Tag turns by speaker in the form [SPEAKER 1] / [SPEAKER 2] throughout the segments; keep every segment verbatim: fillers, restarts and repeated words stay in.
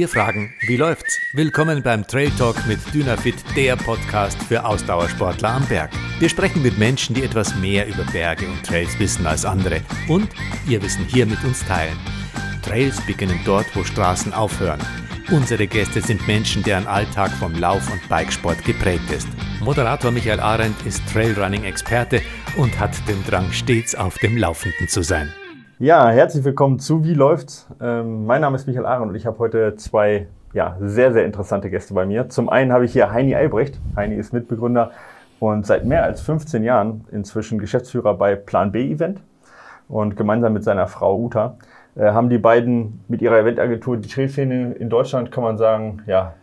[SPEAKER 1] Wir fragen, wie läuft's? Willkommen beim Trail Talk mit Dynafit, der Podcast für Ausdauersportler am Berg. Wir sprechen mit Menschen, die etwas mehr über Berge und Trails wissen als andere und ihr Wissen hier mit uns teilen. Trails beginnen dort, wo Straßen aufhören. Unsere Gäste sind Menschen, deren Alltag vom Lauf- und Bikesport geprägt ist. Moderator Michael Arendt ist Trailrunning-Experte und hat den Drang, stets auf dem Laufenden zu sein.
[SPEAKER 2] Ja, herzlich willkommen zu Wie läuft's? Ähm, mein Name ist Michael Arendt und ich habe heute zwei ja, sehr, sehr interessante Gäste bei mir. Zum einen habe ich hier Heini Albrecht. Heini ist Mitbegründer und seit mehr als fünfzehn Jahren inzwischen Geschäftsführer bei Plan B Event. Und gemeinsam mit seiner Frau Uta äh, haben die beiden mit ihrer Eventagentur die Trailszene in Deutschland, kann man sagen, ja,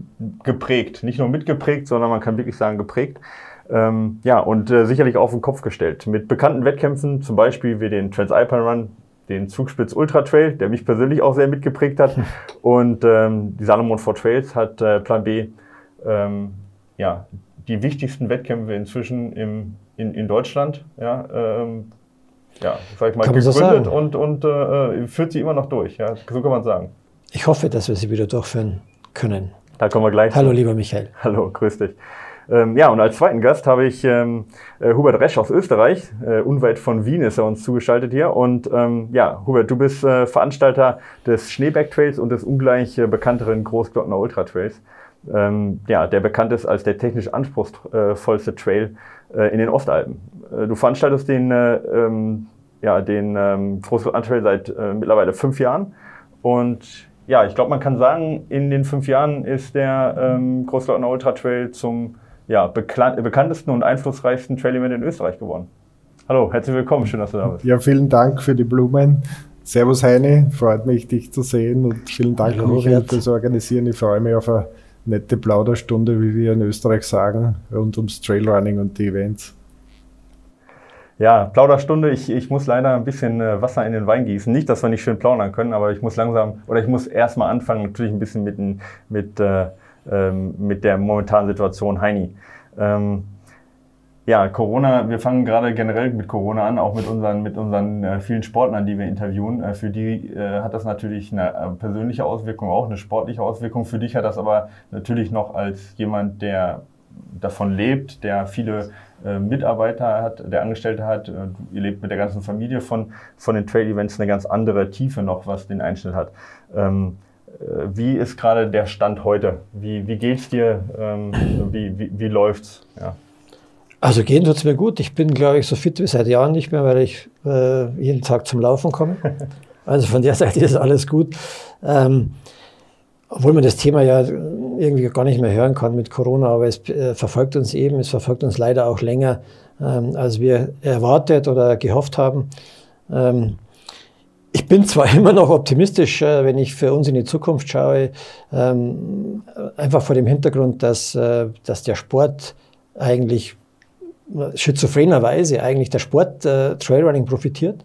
[SPEAKER 2] geprägt. Nicht nur mitgeprägt, sondern man kann wirklich sagen geprägt. Ähm, ja, und äh, sicherlich auf den Kopf gestellt. Mit bekannten Wettkämpfen, zum Beispiel wie den Transalpine Run, den Zugspitz Ultra Trail, der mich persönlich auch sehr mitgeprägt hat. Und ähm, die Salomon for Trails hat äh, Plan B ähm, ja, die wichtigsten Wettkämpfe inzwischen im, in, in Deutschland ja, ähm, ja, sag ich mal, gegründet so und, und äh, führt sie immer noch durch. Ja, so kann man sagen.
[SPEAKER 3] Ich hoffe, dass wir sie wieder durchführen können.
[SPEAKER 2] Da kommen wir gleich.
[SPEAKER 3] Hallo,
[SPEAKER 2] zu.
[SPEAKER 3] Lieber Michael.
[SPEAKER 2] Hallo, grüß dich. Ähm, ja, und als zweiten Gast habe ich ähm, äh, Hubert Resch aus Österreich. Äh, unweit von Wien ist er uns zugeschaltet hier. Und ähm, ja, Hubert, du bist äh, Veranstalter des Schneeberg-Trails und des ungleich äh, bekannteren Großglockner Ultra Trails. Ähm, ja, der bekannt ist als der technisch anspruchsvollste Trail äh, in den Ostalpen. Äh, du veranstaltest den, äh, ähm, ja, den ähm, Großglockner Trail seit äh, mittlerweile fünf Jahren. Und ja, ich glaube, man kann sagen, in den fünf Jahren ist der ähm, Großglockner Ultra Trail zum ja, bekanntesten und einflussreichsten Trail-Event in Österreich geworden. Hallo, herzlich willkommen, schön, dass du da bist.
[SPEAKER 4] Ja, vielen Dank für die Blumen. Servus Heini, freut mich, dich zu sehen und vielen Dank,
[SPEAKER 3] Hallo,
[SPEAKER 4] Michael, fürs Organisieren. Ich freue mich auf eine nette Plauderstunde, wie wir in Österreich sagen, rund ums Trailrunning und die Events.
[SPEAKER 2] Ja, Plauderstunde, ich, ich muss leider ein bisschen äh, Wasser in den Wein gießen. Nicht, dass wir nicht schön plaudern können, aber ich muss langsam, oder ich muss erstmal anfangen, natürlich ein bisschen mit, mit äh, mit der momentanen Situation. Heini. Ähm, ja, Corona, wir fangen gerade generell mit Corona an, auch mit unseren, mit unseren äh, vielen Sportlern, die wir interviewen. Äh, für die äh, hat das natürlich eine äh, persönliche Auswirkung, auch eine sportliche Auswirkung. Für dich hat das aber natürlich noch als jemand, der davon lebt, der viele äh, Mitarbeiter hat, der Angestellte hat, äh, ihr lebt mit der ganzen Familie von, von den Trail-Events eine ganz andere Tiefe noch, was den Einschnitt hat. Ähm, Wie ist gerade der Stand heute? Wie, wie geht's dir? Ähm, wie, wie, wie läuft's? Ja.
[SPEAKER 3] Also gehen tut's mir gut. Ich bin, glaube ich, so fit wie seit Jahren nicht mehr, weil ich äh, jeden Tag zum Laufen komme. Also von der Seite ist alles gut. Ähm, obwohl man das Thema ja irgendwie gar nicht mehr hören kann mit Corona, aber es äh, verfolgt uns eben, es verfolgt uns leider auch länger, ähm, als wir erwartet oder gehofft haben. Ähm, Ich bin zwar immer noch optimistisch, wenn ich für uns in die Zukunft schaue, einfach vor dem Hintergrund, dass, dass der Sport eigentlich schizophrenerweise eigentlich der Sport Trailrunning profitiert.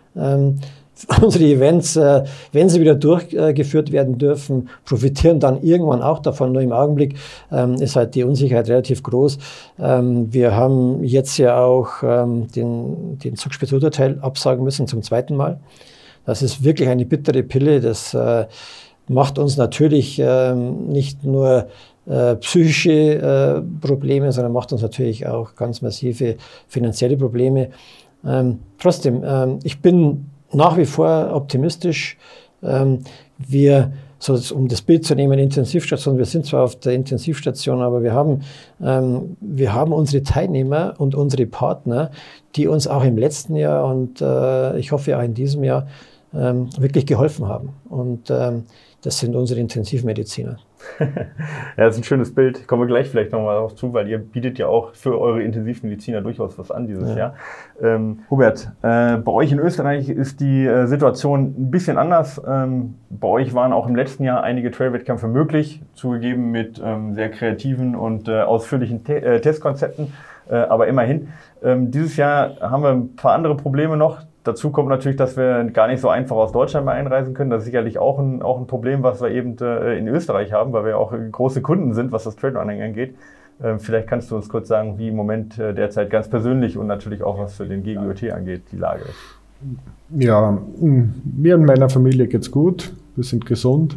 [SPEAKER 3] Unsere Events, wenn sie wieder durchgeführt werden dürfen, profitieren dann irgendwann auch davon. Nur im Augenblick ist halt die Unsicherheit relativ groß. Wir haben jetzt ja auch den, den Zugspitz Ultra Trail absagen müssen zum zweiten Mal. Das ist wirklich eine bittere Pille. Das äh, macht uns natürlich ähm, nicht nur äh, psychische äh, Probleme, sondern macht uns natürlich auch ganz massive finanzielle Probleme. Ähm, trotzdem, ähm, ich bin nach wie vor optimistisch. Ähm, wir, so um das Bild zu nehmen, Intensivstation, wir sind zwar auf der Intensivstation, aber wir haben, ähm, wir haben unsere Teilnehmer und unsere Partner, die uns auch im letzten Jahr und äh, ich hoffe auch in diesem Jahr ähm, wirklich geholfen haben. Und ähm, das sind unsere Intensivmediziner.
[SPEAKER 2] Ja, das ist ein schönes Bild. Kommen wir gleich vielleicht nochmal darauf zu, weil ihr bietet ja auch für eure Intensivmediziner durchaus was an dieses ja. Jahr. Ähm, Hubert, äh, bei euch in Österreich ist die äh, Situation ein bisschen anders. Ähm, bei euch waren auch im letzten Jahr einige Trailwettkämpfe möglich, zugegeben mit ähm, sehr kreativen und äh, ausführlichen Te- äh, Testkonzepten, äh, aber immerhin. Ähm, dieses Jahr haben wir ein paar andere Probleme noch. Dazu kommt natürlich, dass wir gar nicht so einfach aus Deutschland mehr einreisen können. Das ist sicherlich auch ein, auch ein Problem, was wir eben äh, in Österreich haben, weil wir auch große Kunden sind, was das Trailrunning angeht. Ähm, vielleicht kannst du uns kurz sagen, wie im Moment äh, derzeit ganz persönlich und natürlich auch was für den G G O T angeht, die Lage ist.
[SPEAKER 4] Ja, mir und meiner Familie geht's gut. Wir sind gesund.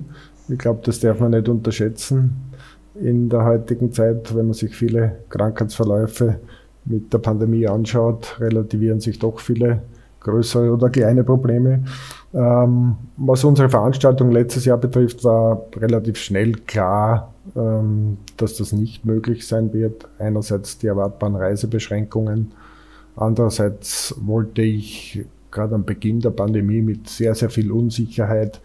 [SPEAKER 4] Ich glaube, das darf man nicht unterschätzen in der heutigen Zeit, wenn man sich viele Krankheitsverläufe mit der Pandemie anschaut, relativieren sich doch viele größere oder kleine Probleme. Ähm, was unsere Veranstaltung letztes Jahr betrifft, war relativ schnell klar, ähm, dass das nicht möglich sein wird. Einerseits die erwartbaren Reisebeschränkungen, andererseits wollte ich gerade am Beginn der Pandemie mit sehr, sehr viel Unsicherheit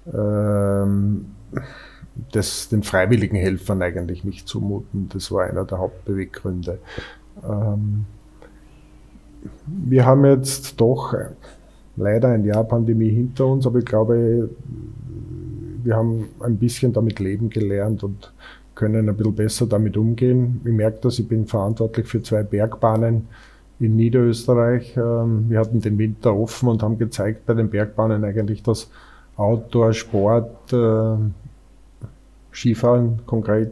[SPEAKER 4] ähm, das den freiwilligen Helfern eigentlich nicht zumuten. Das war einer der Hauptbeweggründe. Ähm, wir haben jetzt doch leider ein Jahr Pandemie hinter uns, aber ich glaube, wir haben ein bisschen damit leben gelernt und können ein bisschen besser damit umgehen. Ich merke das, ich bin verantwortlich für zwei Bergbahnen in Niederösterreich. Wir hatten den Winter offen und haben gezeigt bei den Bergbahnen eigentlich, dass Outdoor, Sport, Skifahren konkret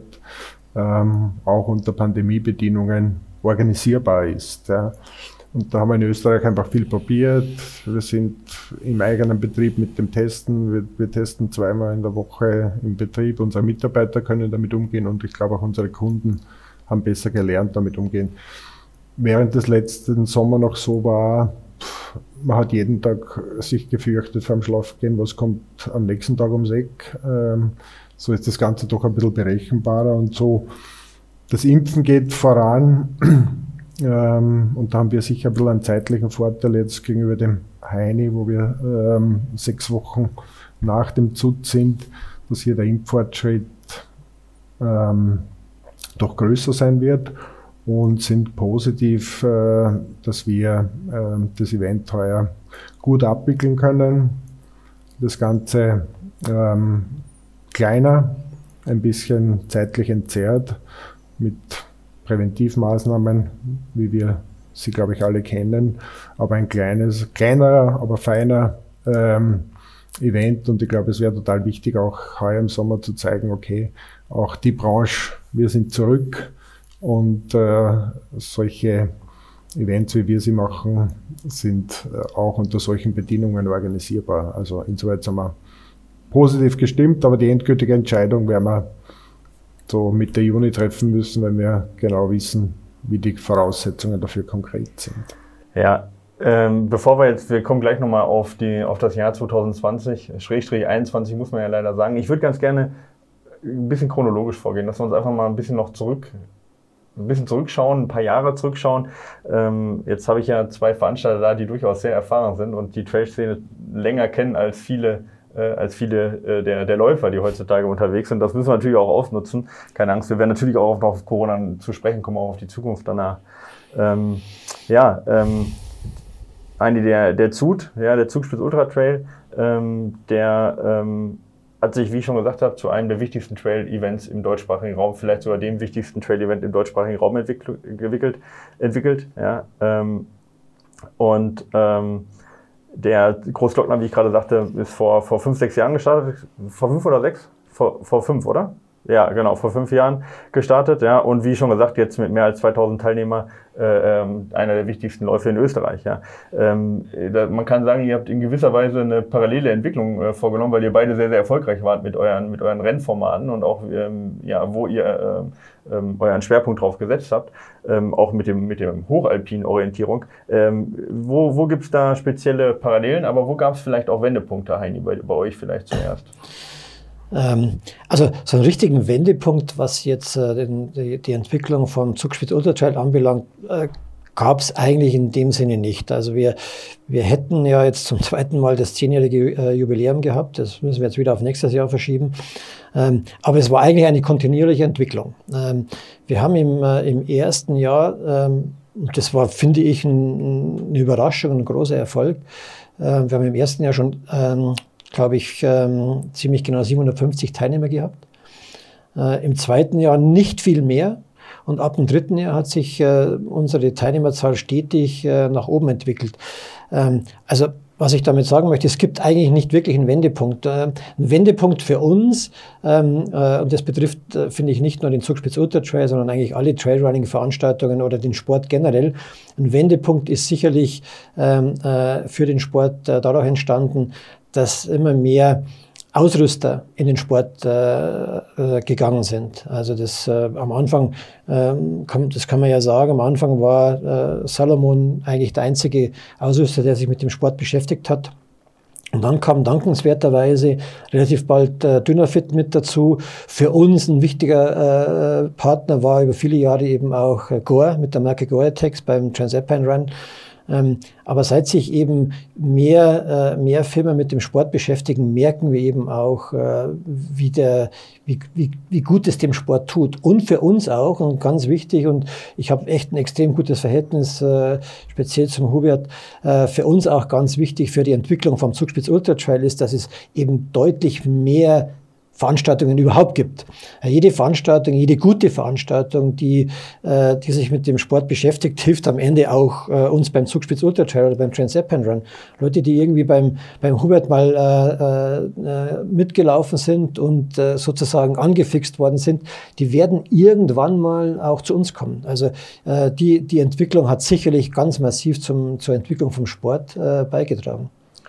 [SPEAKER 4] auch unter Pandemiebedingungen organisierbar ist. Und da haben wir in Österreich einfach viel probiert. Wir sind im eigenen Betrieb mit dem Testen. Wir, wir testen zweimal in der Woche im Betrieb. Unsere Mitarbeiter können damit umgehen und ich glaube auch unsere Kunden haben besser gelernt, damit umgehen. Während des letzten Sommer noch so war, man hat jeden Tag sich gefürchtet vor dem Schlafgehen, was kommt am nächsten Tag ums Eck. Ähm, so ist das Ganze doch ein bisschen berechenbarer und so. Das Impfen geht voran. Ähm, und da haben wir sicher ein bisschen einen zeitlichen Vorteil jetzt gegenüber dem Heini, wo wir ähm, sechs Wochen nach dem Z U D sind, dass hier der Impffortschritt ähm, doch größer sein wird und sind positiv, äh, dass wir äh, das Event heuer gut abwickeln können. Das Ganze ähm, kleiner, ein bisschen zeitlich entzerrt mit Präventivmaßnahmen, wie wir sie, glaube ich, alle kennen, aber ein kleines, kleinerer, aber feiner ähm, Event und ich glaube, es wäre total wichtig, auch heuer im Sommer zu zeigen, okay, auch die Branche, wir sind zurück und äh, solche Events, wie wir sie machen, sind äh, auch unter solchen Bedingungen organisierbar. Also insoweit sind wir positiv gestimmt, aber die endgültige Entscheidung werden wir so Mitte Juni treffen müssen, wenn wir genau wissen, wie die Voraussetzungen dafür konkret sind.
[SPEAKER 2] Ja, ähm, bevor wir jetzt, wir kommen gleich nochmal auf die, auf das Jahr zwanzig zwanzig, Schrägstrich einundzwanzig muss man ja leider sagen. Ich würde ganz gerne ein bisschen chronologisch vorgehen, dass wir uns einfach mal ein bisschen noch zurück, ein bisschen zurückschauen, ein paar Jahre zurückschauen. Ähm, jetzt habe ich ja zwei Veranstalter da, die durchaus sehr erfahren sind und die Trail-Szene länger kennen als viele als viele äh, der, der Läufer, die heutzutage unterwegs sind. Das müssen wir natürlich auch ausnutzen. Keine Angst, wir werden natürlich auch noch auf Corona zu sprechen kommen, auch auf die Zukunft danach. Ähm, ja, ähm, eine der, der Zug, ja, der Zugspitz Ultra Trail, ähm, der ähm, hat sich, wie ich schon gesagt habe, zu einem der wichtigsten Trail-Events im deutschsprachigen Raum, vielleicht sogar dem wichtigsten Trail-Event im deutschsprachigen Raum entwickelt. entwickelt ja, ähm, und ähm, der Großglockner, wie ich gerade sagte, ist vor, vor fünf, sechs Jahren gestartet. Vor fünf oder sechs? Vor, vor fünf, oder? Ja, genau, vor fünf Jahren gestartet. Ja, und wie schon gesagt, jetzt mit mehr als zweitausend Teilnehmern äh, ähm, einer der wichtigsten Läufe in Österreich. Ja. Ähm, da, man kann sagen, ihr habt in gewisser Weise eine parallele Entwicklung äh, vorgenommen, weil ihr beide sehr, sehr erfolgreich wart mit euren, mit euren Rennformaten und auch, ähm, ja, wo ihr äh, ähm, euren Schwerpunkt drauf gesetzt habt, ähm, auch mit dem, mit dem hochalpinen Orientierung. Ähm, wo wo gibt es da spezielle Parallelen, aber wo gab es vielleicht auch Wendepunkte, Heini, bei, bei euch vielleicht zuerst?
[SPEAKER 3] Also so einen richtigen Wendepunkt, was jetzt äh, den, die, die Entwicklung vom Zugspitz Ultra Trail anbelangt, äh, gab es eigentlich in dem Sinne nicht. Also wir, wir hätten ja jetzt zum zweiten Mal das zehnjährige äh, Jubiläum gehabt, das müssen wir jetzt wieder auf nächstes Jahr verschieben. Ähm, aber es war eigentlich eine kontinuierliche Entwicklung. Ähm, wir haben im, äh, im ersten Jahr, ähm, das war, finde ich, ein, eine Überraschung, ein großer Erfolg, äh, wir haben im ersten Jahr schon ähm, glaube ich, ähm, ziemlich genau siebenhundertfünfzig Teilnehmer gehabt. Äh, Im zweiten Jahr nicht viel mehr. Und ab dem dritten Jahr hat sich äh, unsere Teilnehmerzahl stetig äh, nach oben entwickelt. Ähm, also was ich damit sagen möchte, es gibt eigentlich nicht wirklich einen Wendepunkt. Äh, ein Wendepunkt für uns, ähm, äh, und das betrifft, äh, finde ich, nicht nur den Zugspitz Ultra Trail, sondern eigentlich alle Trailrunning-Veranstaltungen oder den Sport generell. Ein Wendepunkt ist sicherlich ähm, äh, für den Sport äh, dadurch entstanden, dass immer mehr Ausrüster in den Sport äh, äh, gegangen sind. Also das äh, am Anfang, äh, kann, das kann man ja sagen, am Anfang war äh, Salomon eigentlich der einzige Ausrüster, der sich mit dem Sport beschäftigt hat. Und dann kam dankenswerterweise relativ bald äh, Dynafit mit dazu. Für uns ein wichtiger äh, Partner war über viele Jahre eben auch äh, Gore mit der Marke Gore-Tex beim Transalpine Run. Ähm, aber seit sich eben mehr, äh, mehr Firmen mit dem Sport beschäftigen, merken wir eben auch, äh, wie, der, wie, wie, wie gut es dem Sport tut. Und für uns auch, und ganz wichtig, und ich habe echt ein extrem gutes Verhältnis, äh, speziell zum Hubert, äh, für uns auch ganz wichtig für die Entwicklung vom Zugspitz Ultra Trail ist, dass es eben deutlich mehr Veranstaltungen überhaupt gibt. Jede Veranstaltung, jede gute Veranstaltung, die, äh, die sich mit dem Sport beschäftigt, hilft am Ende auch äh, uns beim Zugspitz Ultra Trail oder beim Transalpine Run. Leute, die irgendwie beim, beim Hubert mal äh, äh, mitgelaufen sind und äh, sozusagen angefixt worden sind, die werden irgendwann mal auch zu uns kommen. Also äh, die, die Entwicklung hat sicherlich ganz massiv zum, zur Entwicklung vom Sport äh, beigetragen.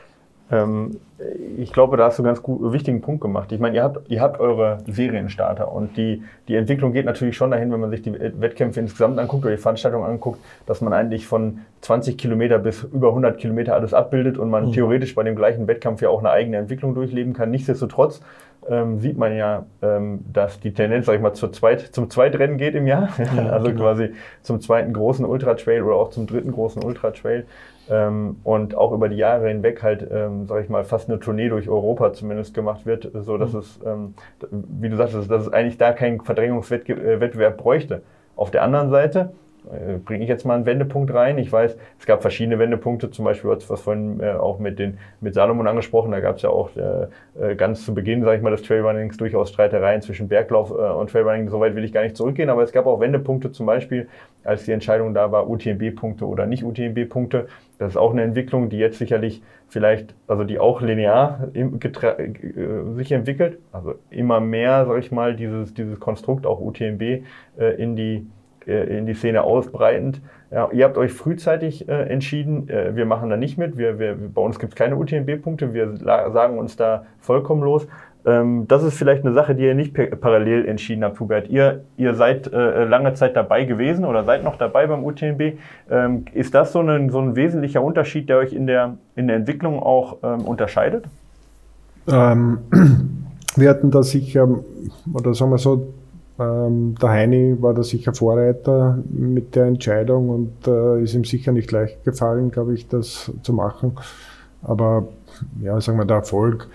[SPEAKER 2] Ähm, ich glaube, da hast du einen ganz gut, wichtigen Punkt gemacht. Ich meine, ihr habt, ihr habt eure Serienstarter und die, die Entwicklung geht natürlich schon dahin, wenn man sich die Wettkämpfe insgesamt anguckt oder die Veranstaltung anguckt, dass man eigentlich von zwanzig Kilometer bis über hundert Kilometer alles abbildet und man mhm. theoretisch bei dem gleichen Wettkampf ja auch eine eigene Entwicklung durchleben kann. Nichtsdestotrotz ähm, sieht man ja, ähm, dass die Tendenz, sag ich mal, zur Zweit, zum Zweitrennen geht im Jahr. Ja, also genau. quasi zum zweiten großen Ultra-Trail oder auch zum dritten großen Ultra-Trail. Ähm, und auch über die Jahre hinweg halt, ähm, sag ich mal, fast eine Tournee durch Europa zumindest gemacht wird, so dass mhm. es, ähm, wie du sagst, dass es eigentlich da keinen Verdrängungswettbewerb bräuchte. Auf der anderen Seite äh, bringe ich jetzt mal einen Wendepunkt rein. Ich weiß, es gab verschiedene Wendepunkte, zum Beispiel was, was vorhin äh, auch mit den mit Salomon angesprochen, da gab es ja auch äh, ganz zu Beginn, sage ich mal, des Trailrunnings durchaus Streitereien zwischen Berglauf äh, und Trailrunning. Soweit will ich gar nicht zurückgehen, aber es gab auch Wendepunkte, zum Beispiel, als die Entscheidung da war, U T M B-Punkte oder nicht U T M B-Punkte. Das ist auch eine Entwicklung, die jetzt sicherlich vielleicht, also die auch linear im, getra- äh, sich entwickelt. Also immer mehr, sag ich mal, dieses, dieses Konstrukt, auch U T M B, äh, in die äh, in die Szene ausbreitend. Ja, ihr habt euch frühzeitig äh, entschieden, äh, wir machen da nicht mit. Wir, wir, bei uns gibt es keine U T M B-Punkte. Wir la- sagen uns da vollkommen los. Ähm, das ist vielleicht eine Sache, die ihr nicht per- parallel entschieden habt, Hubert. Ihr, ihr seid äh, lange Zeit dabei gewesen oder seid noch dabei beim U T M B. Ähm, ist das so ein, so ein wesentlicher Unterschied, der euch in der, in der Entwicklung auch ähm, unterscheidet?
[SPEAKER 4] Ähm, wir hatten da sicher, oder sagen wir so, ähm, der Heini war da sicher Vorreiter mit der Entscheidung und äh, ist ihm sicher nicht leicht gefallen, glaube ich, das zu machen. Aber ja, sagen wir, der Erfolg,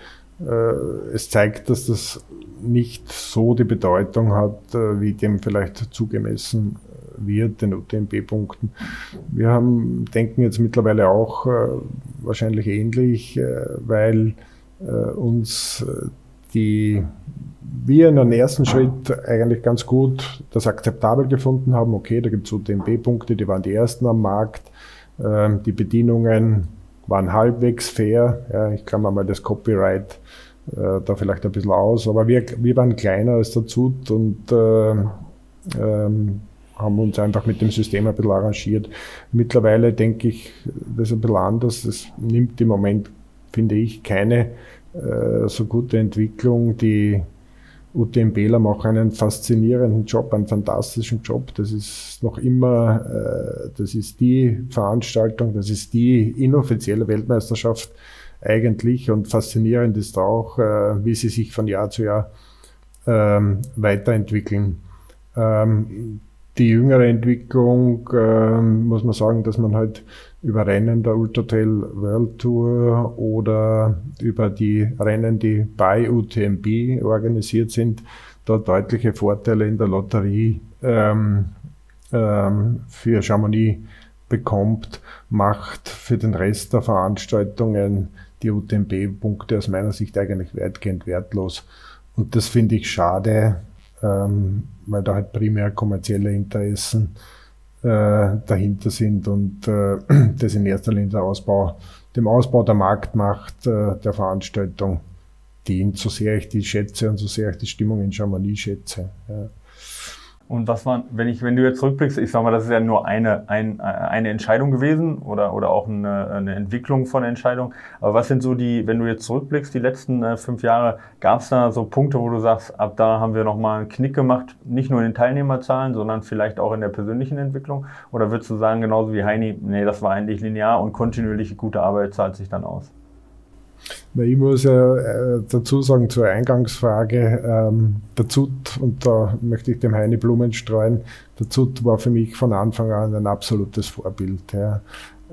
[SPEAKER 4] es zeigt, dass das nicht so die Bedeutung hat, wie dem vielleicht zugemessen wird, den U T M B-Punkten. Wir haben, denken jetzt mittlerweile auch wahrscheinlich ähnlich, weil uns die, wir in einem ersten Schritt eigentlich ganz gut das akzeptabel gefunden haben. Okay, da gibt es U T M B-Punkte, die waren die ersten am Markt, die Bedienungen waren halbwegs fair. Ja, ich klammer mal das Copyright äh, da vielleicht ein bisschen aus, aber wir, wir waren kleiner als der Zut und äh, ähm, haben uns einfach mit dem System ein bisschen arrangiert. Mittlerweile denke ich, das ist ein bisschen anders. Das nimmt im Moment, finde ich, keine äh, so gute Entwicklung. Die UTMBler machen einen faszinierenden Job, einen fantastischen Job. Das ist noch immer, äh, das ist die Veranstaltung, das ist die inoffizielle Weltmeisterschaft eigentlich und faszinierend ist auch, äh, wie sie sich von Jahr zu Jahr ähm, weiterentwickeln. Ähm, die jüngere Entwicklung, äh, muss man sagen, dass man halt über Rennen der Ultra Trail World Tour oder über die Rennen, die bei U T M B organisiert sind, dort deutliche Vorteile in der Lotterie ähm, ähm, für Chamonix bekommt, macht für den Rest der Veranstaltungen die U T M B-Punkte aus meiner Sicht eigentlich weitgehend wertlos. Und das finde ich schade, ähm, weil da halt primär kommerzielle Interessen äh, dahinter sind und äh, das in erster Linie der Ausbau, dem Ausbau der Marktmacht äh, der Veranstaltung dient, so sehr ich die schätze und so sehr ich die Stimmung in Chamonix schätze. Ja.
[SPEAKER 2] Und was waren, wenn ich, wenn du jetzt zurückblickst, ich sag mal, das ist ja nur eine, ein, eine Entscheidung gewesen oder, oder auch eine, eine Entwicklung von Entscheidung. Aber was sind so die, wenn du jetzt zurückblickst, die letzten äh, fünf Jahre, gab es da so Punkte, wo du sagst, ab da haben wir nochmal einen Knick gemacht, nicht nur in den Teilnehmerzahlen, sondern vielleicht auch in der persönlichen Entwicklung? Oder würdest du sagen, genauso wie Heini, nee, das war eigentlich linear und kontinuierliche gute Arbeit zahlt sich dann aus?
[SPEAKER 4] Ich muss ja äh, dazu sagen, zur Eingangsfrage, ähm, der Z U T, und da möchte ich dem Heini Blumen streuen, der Z U T war für mich von Anfang an ein absolutes Vorbild. Ja.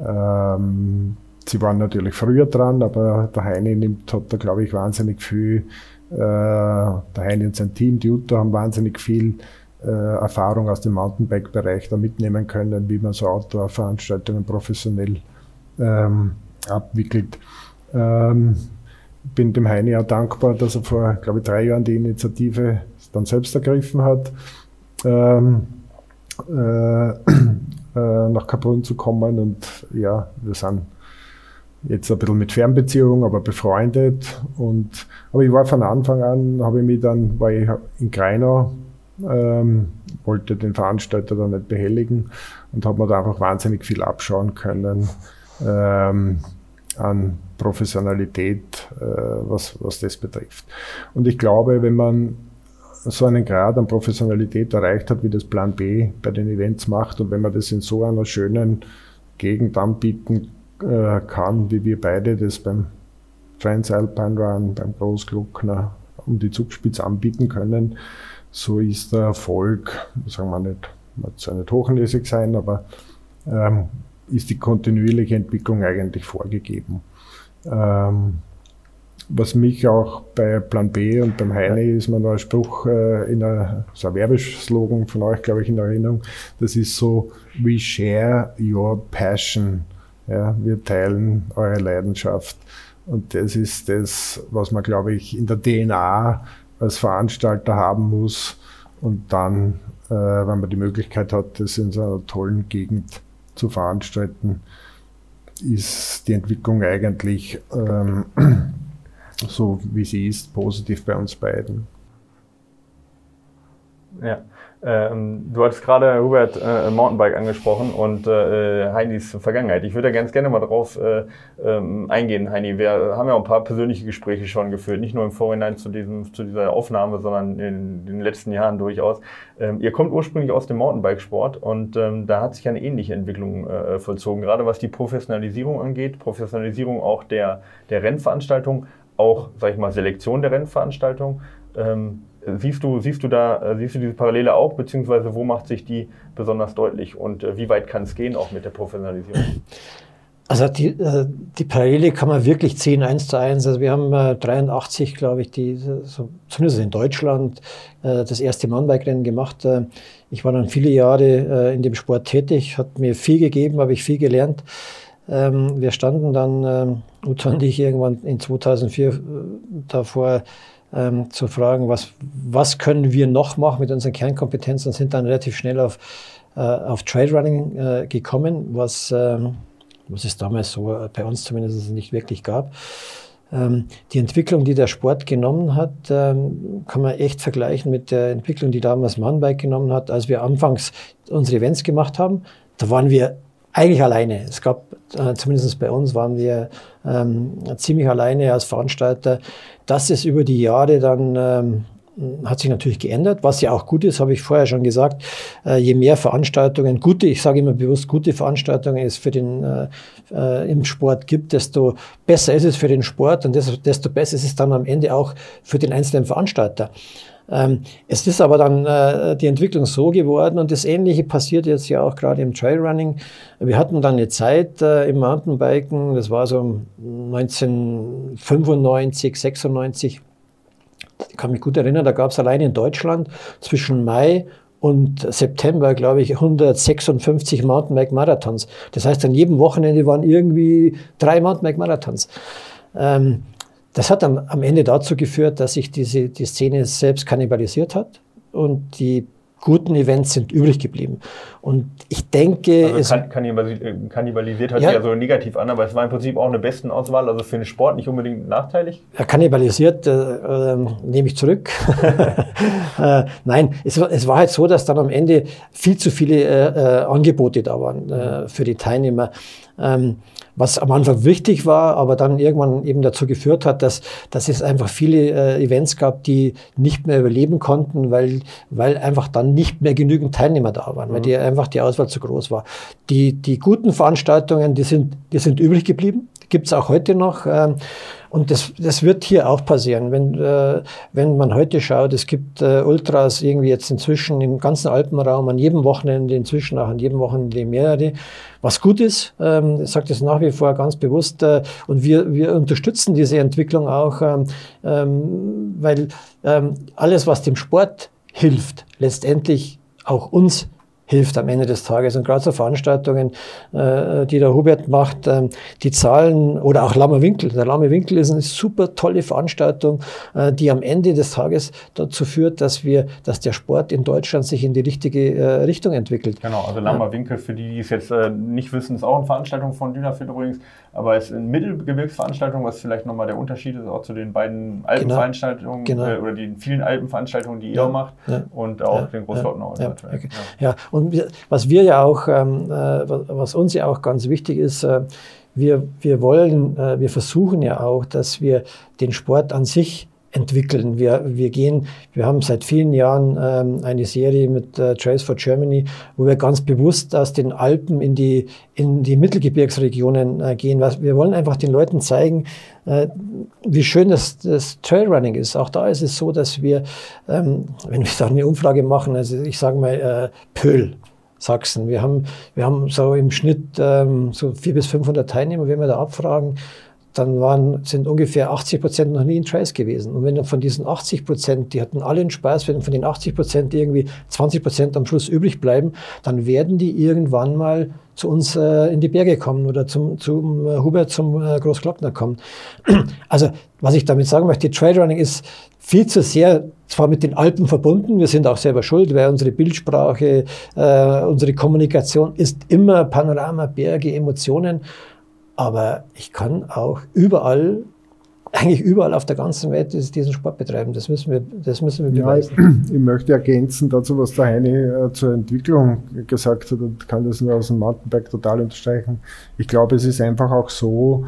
[SPEAKER 4] Ähm, sie waren natürlich früher dran, aber der Heini nimmt, hat da, glaube ich, wahnsinnig viel, äh, der Heini und sein Team, die Jutta, haben wahnsinnig viel äh, Erfahrung aus dem Mountainbike-Bereich da mitnehmen können, wie man so Outdoor-Veranstaltungen professionell ähm, abwickelt. Ähm, bin dem Heini auch dankbar, dass er vor, glaube ich, drei Jahren die Initiative dann selbst ergriffen hat, ähm, äh, äh, nach Kaprun zu kommen. Und ja, wir sind jetzt ein bisschen mit Fernbeziehung, aber befreundet. Und, aber ich war von Anfang an, habe ich mich dann, war ich in Greinau, ähm, wollte den Veranstalter da nicht behelligen und habe mir da einfach wahnsinnig viel abschauen können ähm, an Professionalität, äh, was, was das betrifft. Und ich glaube, wenn man so einen Grad an Professionalität erreicht hat, wie das Plan B bei den Events macht, und wenn man das in so einer schönen Gegend anbieten äh, kann, wie wir beide das beim Transalpine Run, beim Großgluckner um die Zugspitze anbieten können, so ist der Erfolg, sagen wir nicht, man soll nicht hochnäsig sein, aber ähm, ist die kontinuierliche Entwicklung eigentlich vorgegeben. Ähm, was mich auch bei Plan B und beim Heini ist mir noch ein Spruch, äh, in einer, so ein Werbeslogan von euch, glaube ich, in Erinnerung, das ist so, we share your passion. Ja, wir teilen eure Leidenschaft. Und das ist das, was man, glaube ich, in der D N A als Veranstalter haben muss. Und dann, äh, wenn man die Möglichkeit hat, das in so einer tollen Gegend zu veranstalten, ist die Entwicklung eigentlich ähm, so, wie sie ist, positiv bei uns beiden.
[SPEAKER 2] Ja, ähm, du hattest gerade, Hubert, äh, Mountainbike angesprochen und äh, Heinis Vergangenheit. Ich würde da ganz gerne mal drauf äh, ähm, eingehen, Heini. Wir haben ja auch ein paar persönliche Gespräche schon geführt, nicht nur im Vorhinein zu, diesem, zu dieser Aufnahme, sondern in den letzten Jahren durchaus. Ähm, ihr kommt ursprünglich aus dem Mountainbikesport und ähm, da hat sich eine ähnliche Entwicklung äh, vollzogen, gerade was die Professionalisierung angeht, Professionalisierung auch der, der Rennveranstaltung, auch, sag ich mal, Selektion der Rennveranstaltung. Ähm, Siehst du, siehst du da, siehst du diese Parallele auch, beziehungsweise wo macht sich die besonders deutlich und wie weit kann es gehen auch mit der Professionalisierung?
[SPEAKER 3] Also die, die Parallele kann man wirklich ziehen, eins zu eins. Also wir haben dreiundachtzig, glaube ich, die, so, zumindest in Deutschland, das erste Mountainbike-Rennen gemacht. Ich war dann viele Jahre in dem Sport tätig, hat mir viel gegeben, habe ich viel gelernt. Wir standen dann, Uta und ich, irgendwann in zweitausendvier davor, Ähm, zu fragen, was, was können wir noch machen mit unseren Kernkompetenzen, und sind dann relativ schnell auf, äh, auf Trailrunning äh, gekommen, was, ähm, was es damals so äh, bei uns zumindest nicht wirklich gab. Ähm, die Entwicklung, die der Sport genommen hat, ähm, kann man echt vergleichen mit der Entwicklung, die damals Mountainbike genommen hat. Als wir anfangs unsere Events gemacht haben, da waren wir eigentlich alleine. Es gab, äh, zumindest bei uns, waren wir ähm, ziemlich alleine als Veranstalter. Das ist über die Jahre dann, ähm, hat sich natürlich geändert, was ja auch gut ist, habe ich vorher schon gesagt. Äh, je mehr Veranstaltungen, gute, ich sage immer bewusst, gute Veranstaltungen es für den, äh, äh, im Sport gibt, desto besser ist es für den Sport und desto, desto besser ist es dann am Ende auch für den einzelnen Veranstalter. Ähm, es ist aber dann äh, die Entwicklung so geworden, und das Ähnliche passiert jetzt ja auch gerade im Trailrunning. Wir hatten dann eine Zeit äh, im Mountainbiken, das war so neunzehnhundertfünfundneunzig, sechsundneunzig, ich kann mich gut erinnern, da gab es allein in Deutschland zwischen Mai und September, glaube ich, hundertsechsundfünfzig Mountainbike-Marathons. Das heißt, an jedem Wochenende waren irgendwie drei Mountainbike-Marathons. Ähm, Das hat dann am Ende dazu geführt, dass sich diese, die Szene selbst kannibalisiert hat und die guten Events sind übrig geblieben. Und ich denke...
[SPEAKER 2] Also kann, kannibalisiert, kannibalisiert hört
[SPEAKER 3] ja,
[SPEAKER 2] sich ja so negativ an, aber es war im Prinzip auch eine Bestenauswahl, also für den Sport nicht unbedingt nachteilig?
[SPEAKER 3] Ja, kannibalisiert äh, äh, nehme ich zurück. äh, nein, es, es war halt so, dass dann am Ende viel zu viele äh, äh, Angebote da waren äh, für die Teilnehmer. Ähm, was am Anfang wichtig war, aber dann irgendwann eben dazu geführt hat, dass, dass es einfach viele äh, Events gab, die nicht mehr überleben konnten, weil, weil einfach dann nicht mehr genügend Teilnehmer da waren, mhm. weil die einfach die Auswahl zu groß war. Die, die guten Veranstaltungen, die sind, die sind übrig geblieben, gibt es auch heute noch. Ähm, Und das, das wird hier auch passieren, wenn, äh, wenn man heute schaut, es gibt äh, Ultras irgendwie jetzt inzwischen im ganzen Alpenraum, an jedem Wochenende, inzwischen auch an jedem Wochenende mehrere, was gut ist, ähm, ich sage das nach wie vor ganz bewusst, äh, und wir, wir unterstützen diese Entwicklung auch, ähm, ähm, weil ähm, alles, was dem Sport hilft, letztendlich auch uns hilft am Ende des Tages. Und gerade so Veranstaltungen, äh, die der Hubert macht, ähm, die Zahlen, oder auch Lammer Winkel. Der Lammer Winkel ist eine super tolle Veranstaltung, äh, die am Ende des Tages dazu führt, dass wir, dass der Sport in Deutschland sich in die richtige äh, Richtung entwickelt.
[SPEAKER 2] Genau, also Lammer Winkel, für die, die es jetzt äh, nicht wissen, ist auch eine Veranstaltung von Dynafit übrigens, aber es ist eine Mittelgebirgsveranstaltung, was vielleicht nochmal der Unterschied ist, auch zu den beiden Alpenveranstaltungen,
[SPEAKER 3] genau, genau.
[SPEAKER 2] äh, oder den vielen Alpenveranstaltungen, die ihr
[SPEAKER 3] ja,
[SPEAKER 2] macht,
[SPEAKER 3] ja,
[SPEAKER 2] und auch
[SPEAKER 3] ja,
[SPEAKER 2] den Großlautner.
[SPEAKER 3] Ja, ja, okay. ja. Und wir, was wir ja auch, ähm, was uns ja auch ganz wichtig ist, äh, wir, wir wollen, äh, wir versuchen ja auch, dass wir den Sport an sich entwickeln. Wir, wir gehen, wir haben seit vielen Jahren ähm, eine Serie mit äh, Trails for Germany, wo wir ganz bewusst aus den Alpen in die, in die Mittelgebirgsregionen äh, gehen. Was, wir wollen einfach den Leuten zeigen, äh, wie schön das, das Trailrunning ist. Auch da ist es so, dass wir, ähm, wenn wir da eine Umfrage machen, also ich sage mal äh, Pöhl, Sachsen. Wir haben, wir haben so im Schnitt ähm, so vierhundert bis fünfhundert Teilnehmer, wenn wir da abfragen, dann waren, sind ungefähr achtzig Prozent noch nie in Trails gewesen. Und wenn dann von diesen achtzig Prozent, die hatten alle einen Spaß, wenn von den achtzig Prozent irgendwie zwanzig Prozent am Schluss übrig bleiben, dann werden die irgendwann mal zu uns äh, in die Berge kommen oder zum, zum äh, Hubert, zum äh, Großglockner kommen. Also, was ich damit sagen möchte, Trailrunning ist viel zu sehr zwar mit den Alpen verbunden, wir sind auch selber schuld, weil unsere Bildsprache, äh, unsere Kommunikation ist immer Panorama, Berge, Emotionen. Aber ich kann auch überall, eigentlich überall auf der ganzen Welt diesen Sport betreiben. Das müssen wir, das müssen wir beweisen.
[SPEAKER 4] Ja, ich, ich möchte ergänzen dazu, was der Heini äh, zur Entwicklung gesagt hat, und kann das nur aus dem Mountainbike total unterstreichen. Ich glaube, es ist einfach auch so,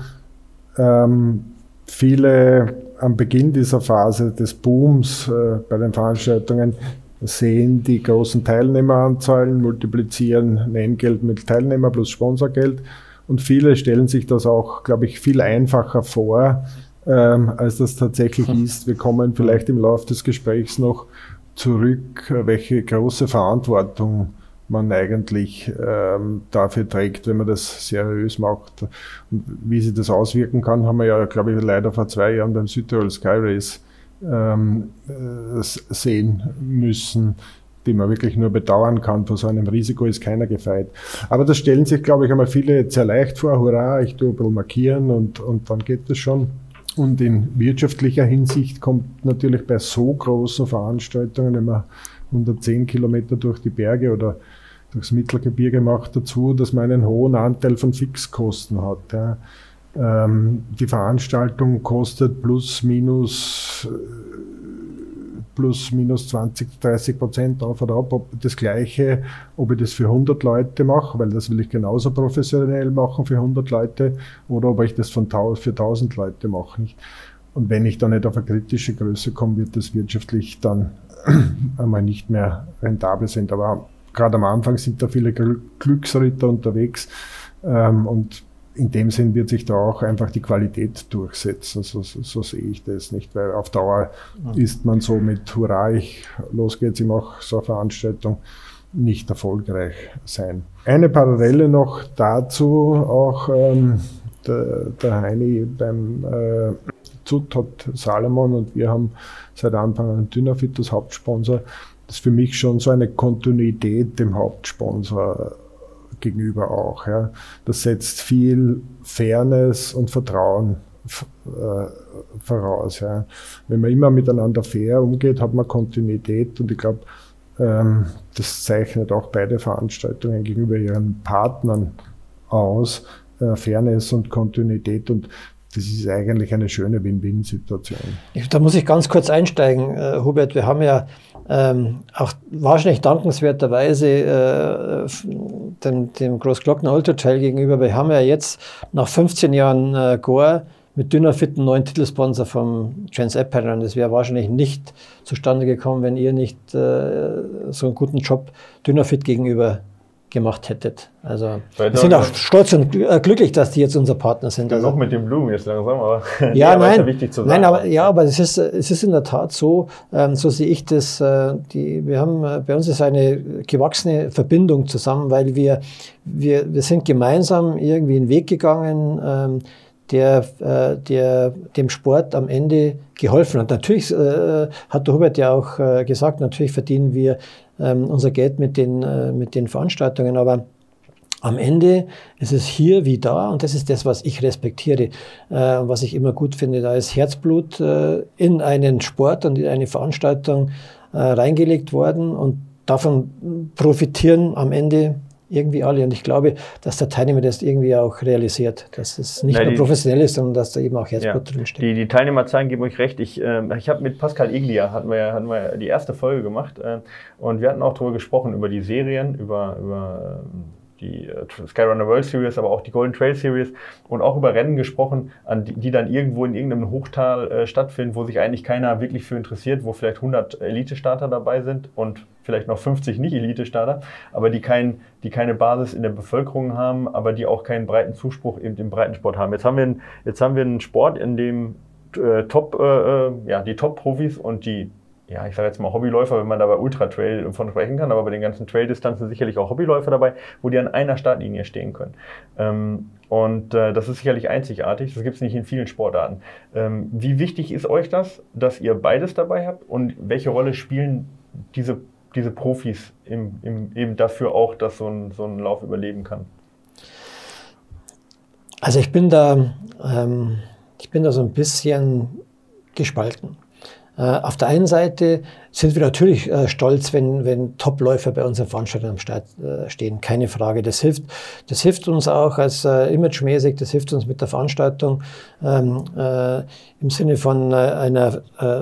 [SPEAKER 4] ähm, viele am Beginn dieser Phase des Booms äh, bei den Veranstaltungen sehen die großen Teilnehmeranzahlen, multiplizieren Nenngeld mit Teilnehmer plus Sponsorgeld. Und viele stellen sich das auch, glaube ich, viel einfacher vor, ähm, als das tatsächlich ist. Wir kommen vielleicht im Laufe des Gesprächs noch zurück, welche große Verantwortung man eigentlich ähm, dafür trägt, wenn man das seriös macht. Und wie sich das auswirken kann, haben wir ja, glaube ich, leider vor zwei Jahren beim Südtirol Sky Race ähm, äh, sehen müssen, die man wirklich nur bedauern kann. Vor so einem Risiko ist keiner gefeit. Aber das stellen sich, glaube ich, einmal viele jetzt sehr leicht vor. Hurra, ich tue ein bisschen markieren und, und dann geht das schon. Und in wirtschaftlicher Hinsicht kommt natürlich bei so großen Veranstaltungen, wenn man hundertzehn Kilometer durch die Berge oder durchs Mittelgebirge macht, dazu, dass man einen hohen Anteil von Fixkosten hat. Ja. Ähm, die Veranstaltung kostet plus minus plus minus zwanzig, dreißig Prozent auf oder ab, ob das Gleiche, ob ich das für hundert Leute mache, weil das will ich genauso professionell machen für hundert Leute, oder ob ich das von für tausend Leute mache. Nicht? Und wenn ich da nicht auf eine kritische Größe komme, wird das wirtschaftlich dann einmal nicht mehr rentabel sein. Aber gerade am Anfang sind da viele Glücksritter unterwegs, ähm, und in dem Sinn wird sich da auch einfach die Qualität durchsetzen. So, so, so sehe ich das nicht, weil auf Dauer mhm. ist man so mit Hurra, ich, los geht's, ich mache so eine Veranstaltung, nicht erfolgreich sein. Eine Parallele noch dazu, auch ähm, der, der Heini beim äh, Z U T hat Salomon und wir haben seit Anfang an Dynafit als Hauptsponsor. Das ist für mich schon so eine Kontinuität dem Hauptsponsor gegenüber auch. Ja. Das setzt viel Fairness und Vertrauen äh, voraus. Ja. Wenn man immer miteinander fair umgeht, hat man Kontinuität, und ich glaube, ähm, das zeichnet auch beide Veranstaltungen gegenüber ihren Partnern aus, äh, Fairness und Kontinuität, und das ist eigentlich eine schöne Win-Win-Situation.
[SPEAKER 3] Da muss ich ganz kurz einsteigen, äh, Hubert. Wir haben ja ähm, auch wahrscheinlich dankenswerterweise äh, dem, dem Großglockner Ultra Trail gegenüber, wir haben ja jetzt nach fünfzehn Jahren äh, Gore mit Dynafit einen neuen Titelsponsor vom Transalpine Run. Das wäre wahrscheinlich nicht zustande gekommen, wenn ihr nicht äh, so einen guten Job Dynafit gegenüber gemacht hättet. Also wir sind auch stolz und glücklich, dass die jetzt unser Partner sind.
[SPEAKER 2] Also
[SPEAKER 3] auch
[SPEAKER 2] mit dem Blumen jetzt langsam, aber
[SPEAKER 3] ja, nein,
[SPEAKER 2] ist ja wichtig zu sagen.
[SPEAKER 3] Nein, aber ja, aber es ist, es ist in der Tat so, ähm, so sehe ich das. Äh, die, wir haben äh, bei uns ist eine gewachsene Verbindung zusammen, weil wir wir wir sind gemeinsam irgendwie einen Weg gegangen, ähm, der, äh, der dem Sport am Ende geholfen hat. Natürlich äh, hat der Hubert ja auch äh, gesagt, natürlich verdienen wir ähm, unser Geld mit den, äh, mit den Veranstaltungen, aber am Ende ist es hier wie da, und das ist das, was ich respektiere, äh, was ich immer gut finde. Da ist Herzblut äh, in einen Sport und in eine Veranstaltung äh, reingelegt worden, und davon profitieren am Ende irgendwie alle. Und ich glaube, dass der Teilnehmer das irgendwie auch realisiert, dass es nicht
[SPEAKER 2] Nein,
[SPEAKER 3] nur professionell ist, sondern dass da eben auch Herzblut
[SPEAKER 2] ja,
[SPEAKER 3] drinsteckt.
[SPEAKER 2] Die, die Teilnehmerzahlen geben euch recht. Ich, äh, ich habe mit Pascal Iglia, hatten wir, hatten wir die erste Folge gemacht, äh, und wir hatten auch darüber gesprochen, über die Serien, über, über äh, die äh, Skyrunner World Series, aber auch die Golden Trail Series, und auch über Rennen gesprochen, an die, die dann irgendwo in irgendeinem Hochtal äh, stattfinden, wo sich eigentlich keiner wirklich für interessiert, wo vielleicht hundert Elite-Starter dabei sind und vielleicht noch fünfzig Nicht-Elite-Starter, aber die, kein, die keine Basis in der Bevölkerung haben, aber die auch keinen breiten Zuspruch eben im Breitensport haben. Jetzt haben wir, ein, jetzt haben wir einen Sport, in dem äh, Top, äh, ja, die Top-Profis und die, ja, ich sage jetzt mal Hobbyläufer, wenn man da bei Ultra-Trail davon sprechen kann, aber bei den ganzen Trail-Distanzen sicherlich auch Hobbyläufer dabei, wo die an einer Startlinie stehen können. Ähm, und äh, das ist sicherlich einzigartig, das gibt es nicht in vielen Sportarten. Ähm, wie wichtig ist euch das, dass ihr beides dabei habt, und welche Rolle spielen diese, diese Profis im, im, eben dafür auch, dass so ein, so ein Lauf überleben kann?
[SPEAKER 3] Also ich bin da, ähm, ich bin da so ein bisschen gespalten. Auf der einen Seite sind wir natürlich äh, stolz, wenn, wenn Topläufer bei unseren Veranstaltungen am Start äh, stehen. Keine Frage. Das hilft, das hilft uns auch als äh, imagemäßig, das hilft uns mit der Veranstaltung ähm, äh, im Sinne von äh, einer äh,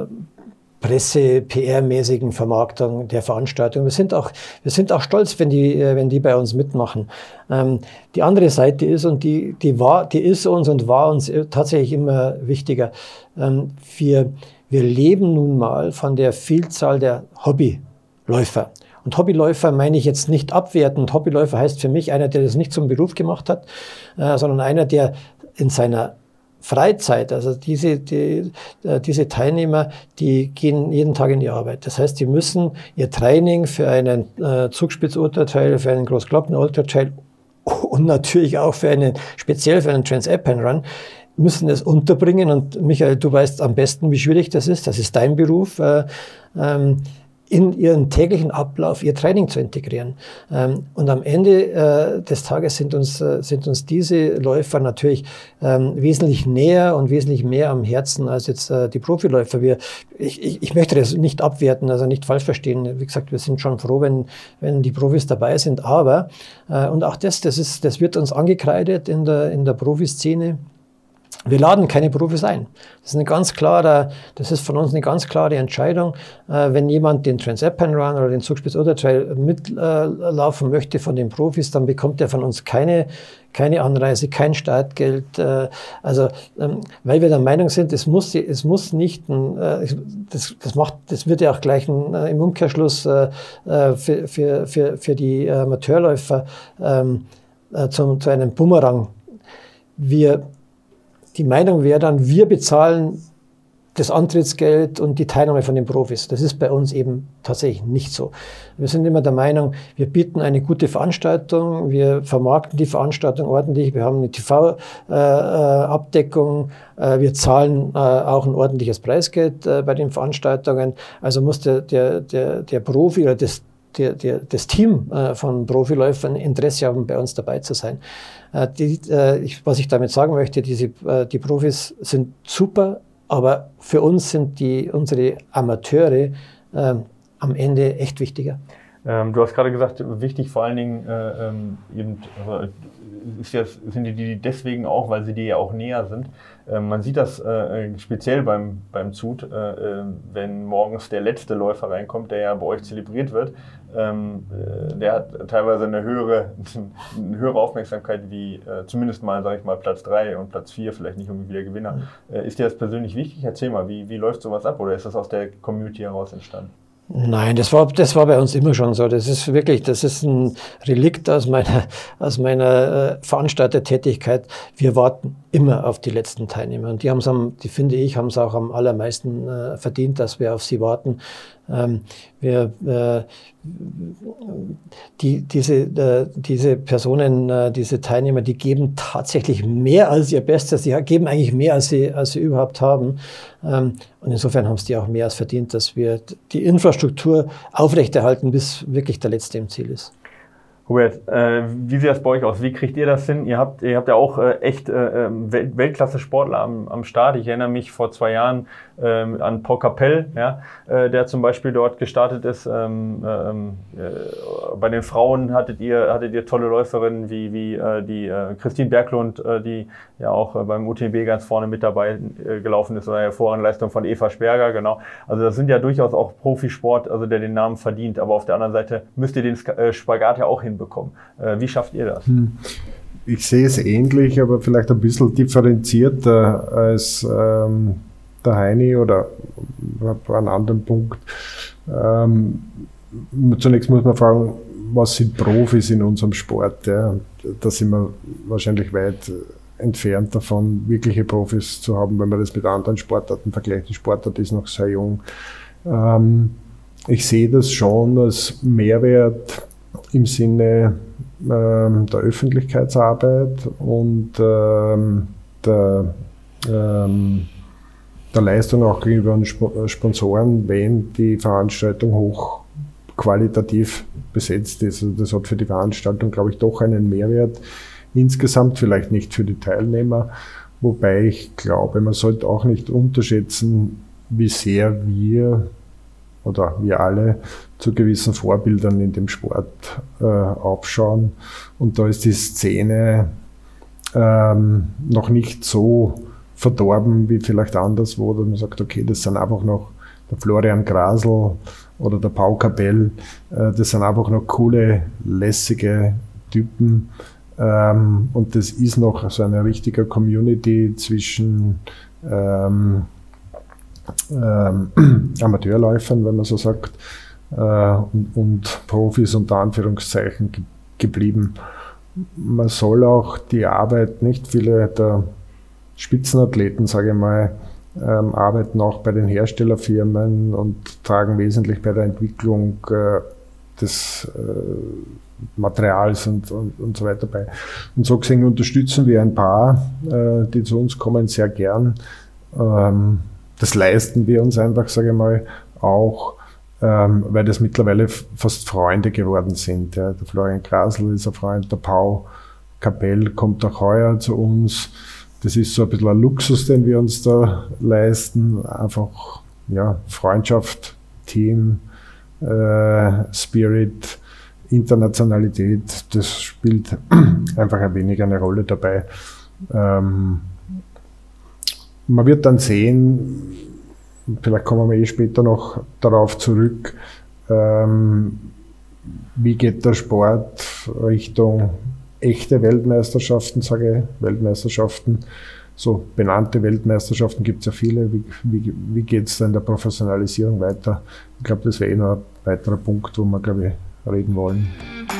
[SPEAKER 3] Presse-P R-mäßigen Vermarktung der Veranstaltung. Wir sind auch, wir sind auch stolz, wenn die, wenn die bei uns mitmachen. Ähm, die andere Seite ist, und die, die war, die ist uns und war uns tatsächlich immer wichtiger. Ähm, wir, wir leben nun mal von der Vielzahl der Hobbyläufer. Und Hobbyläufer meine ich jetzt nicht abwertend. Hobbyläufer heißt für mich einer, der das nicht zum Beruf gemacht hat, äh, sondern einer, der in seiner Freizeit, also diese, die, diese Teilnehmer, die gehen jeden Tag in die Arbeit. Das heißt, die müssen ihr Training für einen äh, Zugspitz-Ultra-Trail, für einen Großglockner-Ultra-Trail und natürlich auch für einen, speziell für einen Transalpine Run, müssen es unterbringen. Und Michael, du weißt am besten, wie schwierig das ist. Das ist dein Beruf. Äh, ähm, in ihren täglichen Ablauf ihr Training zu integrieren. Ähm, und am Ende äh, des Tages sind uns, äh, sind uns diese Läufer natürlich ähm, wesentlich näher und wesentlich mehr am Herzen als jetzt äh, die Profiläufer. Wir, ich, ich, ich möchte das nicht abwerten, also nicht falsch verstehen. Wie gesagt, wir sind schon froh, wenn, wenn die Profis dabei sind. Aber, äh, und auch das, das, ist, das wird uns angekreidet in der, in der Profiszene. Wir laden keine Profis ein. Das ist eine ganz klare, das ist von uns eine ganz klare Entscheidung. Äh, wenn jemand den Transalpine Run oder den Zugspitz-Ultra-Trail mitlaufen äh, möchte von den Profis, dann bekommt er von uns keine, keine Anreise, kein Startgeld. Äh, also, ähm, weil wir der Meinung sind, es muss, es muss nicht, ein, äh, das, das macht, das wird ja auch gleich ein, äh, im Umkehrschluss äh, für, für, für, für die Amateurläufer ähm, äh, zum, zu einem Bumerang. Wir Die Meinung wäre dann, wir bezahlen das Antrittsgeld und die Teilnahme von den Profis. Das ist bei uns eben tatsächlich nicht so. Wir sind immer der Meinung, wir bieten eine gute Veranstaltung, wir vermarkten die Veranstaltung ordentlich, wir haben eine T V-Abdeckung, äh, äh, wir zahlen äh, auch ein ordentliches Preisgeld äh, bei den Veranstaltungen. Also muss der, der, der, der Profi oder das Der, der, das Team äh, von Profiläufern Interesse haben, bei uns dabei zu sein. Äh, die, äh, ich, was ich damit sagen möchte, diese, äh, die Profis sind super, aber für uns sind die, unsere Amateure äh, am Ende echt wichtiger.
[SPEAKER 2] Ähm, du hast gerade gesagt, wichtig vor allen Dingen äh, ähm, eben, also, ist das, sind die, die deswegen auch, weil sie dir ja auch näher sind. Ähm, man sieht das äh, speziell beim, beim Zut, äh, äh, wenn morgens der letzte Läufer reinkommt, der ja bei euch zelebriert wird. Ähm, äh, der hat teilweise eine höhere, eine höhere Aufmerksamkeit wie äh, zumindest mal, sage ich mal, Platz drei und Platz vier, vielleicht nicht irgendwie wieder Gewinner. Mhm. Äh, ist dir das persönlich wichtig? Erzähl mal, wie, wie läuft sowas ab oder ist das aus der Community heraus entstanden?
[SPEAKER 3] Nein, das war, das war bei uns immer schon so. Das ist wirklich, das ist ein Relikt aus meiner, aus meiner äh, Veranstaltertätigkeit. Wir warten immer auf die letzten Teilnehmer. Und die haben es am, die finde ich, haben es auch am allermeisten äh, verdient, dass wir auf sie warten. Ähm, wir, äh, die, diese, äh, diese Personen, äh, diese Teilnehmer, die geben tatsächlich mehr als ihr Bestes. Die geben eigentlich mehr, als sie, als sie überhaupt haben. Ähm, und insofern haben es die auch mehr als verdient, dass wir die Infrastruktur aufrechterhalten, bis wirklich der Letzte im Ziel ist.
[SPEAKER 2] Hubert, äh, wie sieht das bei euch aus? Wie kriegt ihr das hin? Ihr habt, ihr habt ja auch äh, echt äh, Weltklasse-Sportler am, am Start. Ich erinnere mich vor zwei Jahren äh, an Paul Capell, ja, äh, der zum Beispiel dort gestartet ist. Ähm, äh, bei den Frauen hattet ihr, hattet ihr tolle Läuferinnen wie, wie äh, die äh, Christine Berglund, äh, die ja auch äh, beim U T M B ganz vorne mit dabei äh, gelaufen ist. Eine hervorragende Leistung von Eva Sperger, genau. Also das sind ja durchaus auch Profisport, also der den Namen verdient. Aber auf der anderen Seite müsst ihr den Spagat ja auch hin bekommen. Wie schafft ihr das?
[SPEAKER 4] Ich sehe es ähnlich, aber vielleicht ein bisschen differenzierter als ähm, der Heini oder an einem anderen Punkt. Ähm, zunächst muss man fragen, was sind Profis in unserem Sport? Ja? Da sind wir wahrscheinlich weit entfernt davon, wirkliche Profis zu haben, wenn man das mit anderen Sportarten vergleicht. Die Sportart ist noch sehr jung. Ähm, ich sehe das schon als Mehrwert im Sinne ähm, der Öffentlichkeitsarbeit und ähm, der, ähm, der Leistung auch gegenüber den Sp- Sponsoren, wenn die Veranstaltung hochqualitativ besetzt ist. Also das hat für die Veranstaltung, glaube ich, doch einen Mehrwert insgesamt, vielleicht nicht für die Teilnehmer, wobei ich glaube, man sollte auch nicht unterschätzen, wie sehr wir oder wir alle zu gewissen Vorbildern in dem Sport äh, aufschauen. Und da ist die Szene ähm, noch nicht so verdorben wie vielleicht anderswo, wo man sagt, okay, das sind einfach noch der Florian Grasl oder der Paul Capell, äh, das sind einfach noch coole, lässige Typen. Ähm, und das ist noch so eine richtige Community zwischen ähm, ähm, Amateurläufern, wenn man so sagt, äh, und, und Profis unter Anführungszeichen ge- geblieben. Man soll auch die Arbeit, nicht viele der Spitzenathleten, sage ich mal, ähm, arbeiten auch bei den Herstellerfirmen und tragen wesentlich bei der Entwicklung äh, des äh, Materials und, und, und so weiter bei. Und so gesehen unterstützen wir ein paar, äh, die zu uns kommen, sehr gern. Ähm, das leisten wir uns einfach, sage ich mal, auch, ähm, weil das mittlerweile f- fast Freunde geworden sind. Ja. Der Florian Grasl ist ein Freund, der Paul Capell kommt auch heuer zu uns. Das ist so ein bisschen ein Luxus, den wir uns da leisten. Einfach, ja, Freundschaft, Team, äh, Spirit, Internationalität, das spielt einfach ein wenig eine Rolle dabei. Ähm, man wird dann sehen, vielleicht kommen wir eh später noch darauf zurück, ähm, wie geht der Sport Richtung echte Weltmeisterschaften, sage ich, Weltmeisterschaften, so benannte Weltmeisterschaften gibt es ja viele. Wie, wie, wie geht es da in der Professionalisierung weiter? Ich glaube, das wäre eh noch ein weiterer Punkt, wo wir, glaube ich, reden wollen.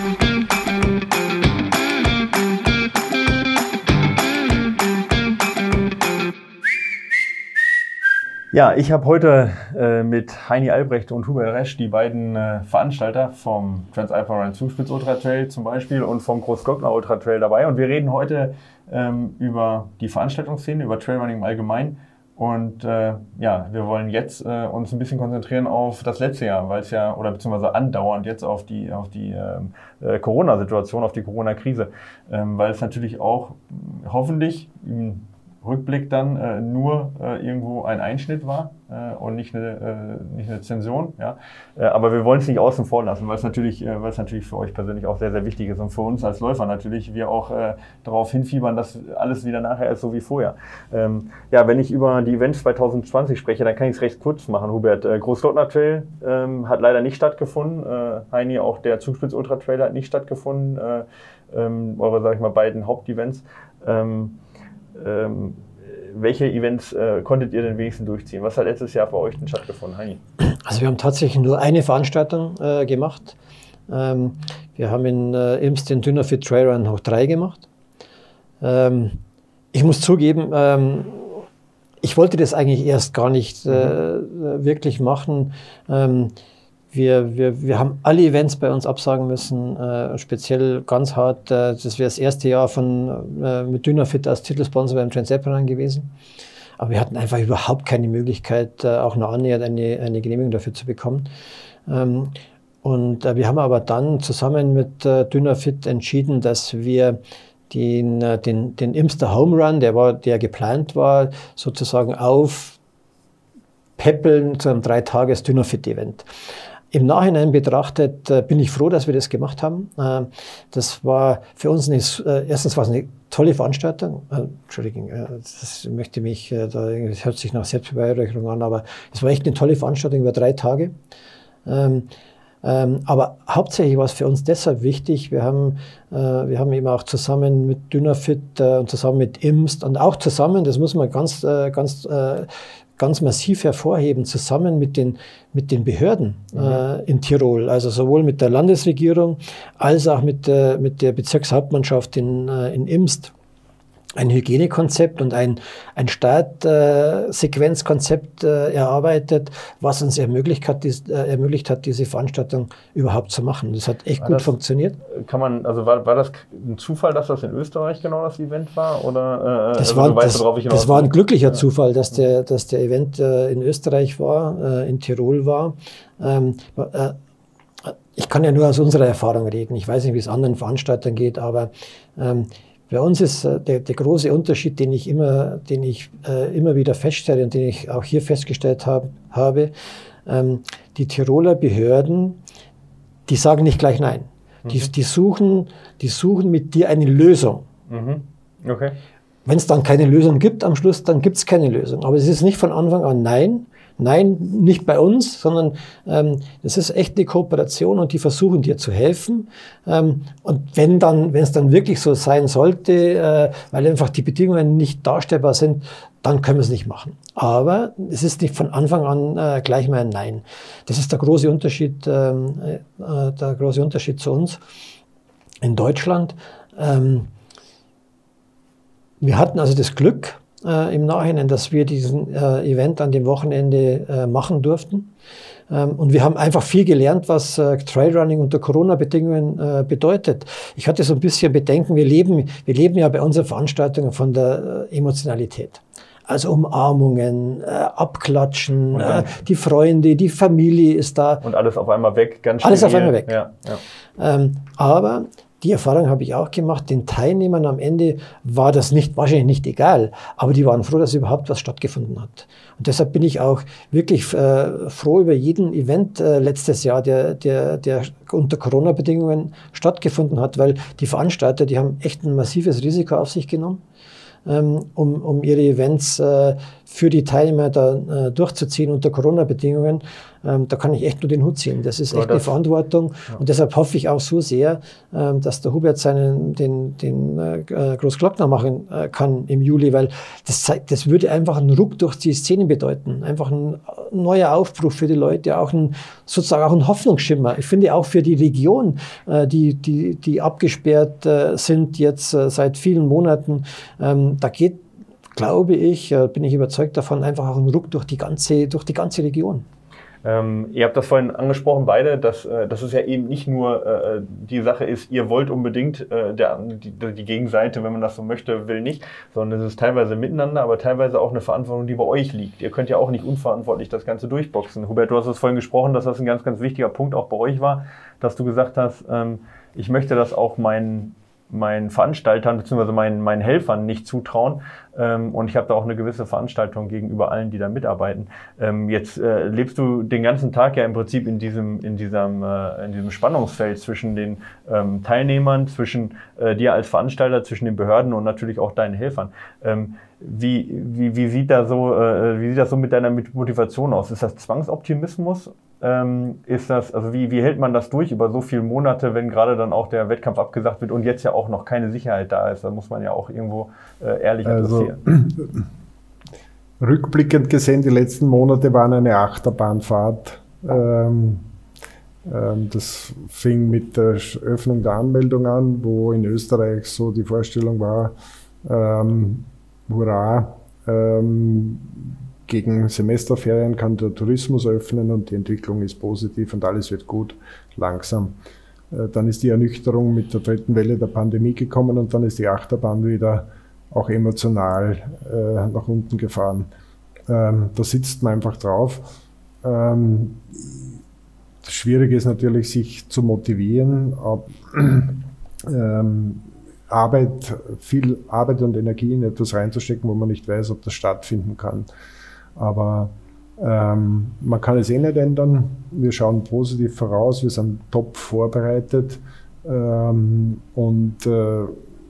[SPEAKER 2] Ja, ich habe heute äh, mit Heini Albrecht und Hubert Resch, die beiden äh, Veranstalter vom Transalpine Zugspitz Ultra Trail zum Beispiel und vom Großglockner Ultra Trail dabei. Und wir reden heute ähm, über die Veranstaltungsszene, über Trailrunning im Allgemeinen. Und äh, ja, wir wollen jetzt äh, uns ein bisschen konzentrieren auf das letzte Jahr, weil es ja, oder beziehungsweise andauernd jetzt auf die, auf die ähm, äh, Corona-Situation, auf die Corona-Krise, ähm, weil es natürlich auch hoffentlich im Rückblick dann äh, nur äh, irgendwo ein Einschnitt war äh, und nicht eine, äh, nicht eine Zension. Ja? Äh, aber wir wollen es nicht außen vor lassen, weil es natürlich, äh, weil es natürlich für euch persönlich auch sehr, sehr wichtig ist und für uns als Läufer natürlich wir auch äh, darauf hinfiebern, dass alles wieder nachher ist, so wie vorher. Ähm, ja, wenn ich über die Events zwanzig zwanzig spreche, dann kann ich es recht kurz machen, Hubert. Äh, Großlottner Trail ähm, hat leider nicht stattgefunden. Äh, Heini, auch der Zugspitz Ultra Trail hat nicht stattgefunden. Äh, ähm, eure, sag ich mal, beiden Hauptevents. Ähm, Ähm, welche Events äh, konntet ihr denn wenigstens durchziehen? Was hat letztes Jahr bei euch denn stattgefunden, Heini?
[SPEAKER 3] Also wir haben tatsächlich nur eine Veranstaltung äh, gemacht. Ähm, wir haben in äh, Imst den Dynafit Trail Run hoch drei gemacht. Ähm, ich muss zugeben, ähm, ich wollte das eigentlich erst gar nicht äh, mhm. wirklich machen. Ähm, Wir, wir, wir haben alle Events bei uns absagen müssen, äh, speziell ganz hart. Äh, das wäre das erste Jahr von, äh, mit Dynafit als Titelsponsor beim Trans-Alpine gewesen. Aber wir hatten einfach überhaupt keine Möglichkeit, äh, auch nur annähernd eine, eine Genehmigung dafür zu bekommen. Ähm, und äh, wir haben aber dann zusammen mit äh, Dynafit entschieden, dass wir den, äh, den, den Imster Home Run, der, war, der geplant war, sozusagen aufpäppeln zu einem Drei-Tages-Dynafit-Event. Im Nachhinein betrachtet äh, bin ich froh, dass wir das gemacht haben. Äh, das war für uns eine, äh, erstens war es eine tolle Veranstaltung. Äh, Entschuldigung, äh, das möchte mich, äh, da, das hört sich nach Selbstbeweihräucherung an, aber es war echt eine tolle Veranstaltung über drei Tage. Ähm, ähm, aber hauptsächlich war es für uns deshalb wichtig, wir haben, äh, wir haben eben auch zusammen mit Dynafit äh, und zusammen mit Imst und auch zusammen, das muss man ganz, äh, ganz äh, ganz massiv hervorheben, zusammen mit den, mit den Behörden mhm. äh, in Tirol, also sowohl mit der Landesregierung als auch mit der, mit der Bezirkshauptmannschaft in, äh, in Imst, ein Hygienekonzept und ein, ein Startsequenzkonzept äh, erarbeitet, was uns ermöglicht hat, dies, äh, ermöglicht hat, diese Veranstaltung überhaupt zu machen. Das hat echt war gut das, funktioniert.
[SPEAKER 2] Kann man, also war, war das ein Zufall, dass das in Österreich genau das Event war? Oder, äh,
[SPEAKER 3] das,
[SPEAKER 2] also
[SPEAKER 3] war,
[SPEAKER 2] du weißt,
[SPEAKER 3] das,
[SPEAKER 2] worauf ich
[SPEAKER 3] das war ein glücklicher
[SPEAKER 2] ja.
[SPEAKER 3] Zufall, dass der, dass der Event äh, in Österreich war, äh, in Tirol war. Ähm, äh, ich kann ja nur aus unserer Erfahrung reden. Ich weiß nicht, wie es anderen Veranstaltern geht, aber ähm, bei uns ist äh, der, der große Unterschied, den ich immer, den ich äh, immer wieder feststelle und den ich auch hier festgestellt hab, habe, ähm, die Tiroler Behörden, die sagen nicht gleich nein. Mhm. Die, die, suchen, die suchen mit dir eine Lösung.
[SPEAKER 2] Mhm. Okay.
[SPEAKER 3] Wenn es dann keine Lösung gibt am Schluss, dann gibt es keine Lösung. Aber es ist nicht von Anfang an nein. Nein, nicht bei uns, sondern ähm, das ist echt eine Kooperation und die versuchen dir zu helfen. Ähm, und wenn dann, wenn es dann wirklich so sein sollte, äh, weil einfach die Bedingungen nicht darstellbar sind, dann können wir es nicht machen. Aber es ist nicht von Anfang an äh, gleich mal ein Nein. Das ist der große Unterschied, ähm, äh, der große Unterschied zu uns in Deutschland. Ähm, wir hatten also das Glück, Äh, im Nachhinein, dass wir diesen äh, Event an dem Wochenende äh, machen durften. Ähm, und wir haben einfach viel gelernt, was äh, Trailrunning unter Corona-Bedingungen äh, bedeutet. Ich hatte so ein bisschen Bedenken, wir leben, wir leben ja bei unseren Veranstaltungen von der äh, Emotionalität. Also Umarmungen, äh, Abklatschen, äh, die Freunde, die Familie ist da.
[SPEAKER 2] Und alles auf einmal weg, ganz schnell.
[SPEAKER 3] Alles auf einmal weg.
[SPEAKER 2] Ja, ja.
[SPEAKER 3] Ähm, aber die Erfahrung habe ich auch gemacht, den Teilnehmern am Ende war das nicht, wahrscheinlich nicht egal, aber die waren froh, dass überhaupt was stattgefunden hat. Und deshalb bin ich auch wirklich äh, froh über jeden Event äh, letztes Jahr, der, der, der unter Corona-Bedingungen stattgefunden hat, weil die Veranstalter, die haben echt ein massives Risiko auf sich genommen, ähm, um, um ihre Events äh, für die Teilnehmer da äh, durchzuziehen unter Corona-Bedingungen. Ähm, da kann ich echt nur den Hut ziehen. Das ist echt ja, das, eine Verantwortung. Ja. Und deshalb hoffe ich auch so sehr, ähm, dass der Hubert seinen, den, den äh, Großglockner machen äh, kann im Juli, weil das, zeigt, das würde einfach einen Ruck durch die Szene bedeuten. Einfach ein neuer Aufbruch für die Leute, auch ein, sozusagen auch ein Hoffnungsschimmer. Ich finde auch für die Region, äh, die, die, die abgesperrt äh, sind jetzt äh, seit vielen Monaten, ähm, da geht, glaube ich, äh, bin ich überzeugt davon, einfach auch ein Ruck durch die ganze, durch die ganze Region.
[SPEAKER 2] Ähm, ihr habt das vorhin angesprochen, beide, dass, äh, dass es ja eben nicht nur äh, die Sache ist, ihr wollt unbedingt, äh, der, die, die Gegenseite, wenn man das so möchte, will nicht, sondern es ist teilweise miteinander, aber teilweise auch eine Verantwortung, die bei euch liegt. Ihr könnt ja auch nicht unverantwortlich das Ganze durchboxen. Hubert, du hast es vorhin gesprochen, dass das ein ganz, ganz wichtiger Punkt auch bei euch war, dass du gesagt hast, ähm, ich möchte das auch meinen meinen Veranstaltern bzw. meinen, meinen Helfern nicht zutrauen. Ähm, und ich habe da auch eine gewisse Verantwortung gegenüber allen, die da mitarbeiten. Ähm, jetzt äh, lebst du den ganzen Tag ja im Prinzip in diesem, in diesem, äh, in diesem Spannungsfeld zwischen den ähm, Teilnehmern, zwischen äh, dir als Veranstalter, zwischen den Behörden und natürlich auch deinen Helfern. Ähm, wie, wie, wie, sieht da so, äh, wie sieht das so mit deiner Motivation aus? Ist das Zwangsoptimismus? Ähm, ist das, also wie, wie hält man das durch über so viele Monate, wenn gerade dann auch der Wettkampf abgesagt wird und jetzt ja auch noch keine Sicherheit da ist? Da muss man ja auch irgendwo äh, ehrlich adressieren.
[SPEAKER 4] Also, rückblickend gesehen, die letzten Monate waren eine Achterbahnfahrt. Ähm, ähm, das fing mit der Öffnung der Anmeldung an, wo in Österreich so die Vorstellung war, ähm, hurra, ähm, gegen Semesterferien kann der Tourismus öffnen und die Entwicklung ist positiv und alles wird gut, langsam. Dann ist die Ernüchterung mit der dritten Welle der Pandemie gekommen und dann ist die Achterbahn wieder auch emotional äh, nach unten gefahren. Ähm, da sitzt man einfach drauf. Ähm, das Schwierige ist natürlich, sich zu motivieren, ab, ähm, Arbeit, viel Arbeit und Energie in etwas reinzustecken, wo man nicht weiß, ob das stattfinden kann. Aber ähm, man kann es eh nicht ändern. Wir schauen positiv voraus, wir sind top vorbereitet ähm, und äh,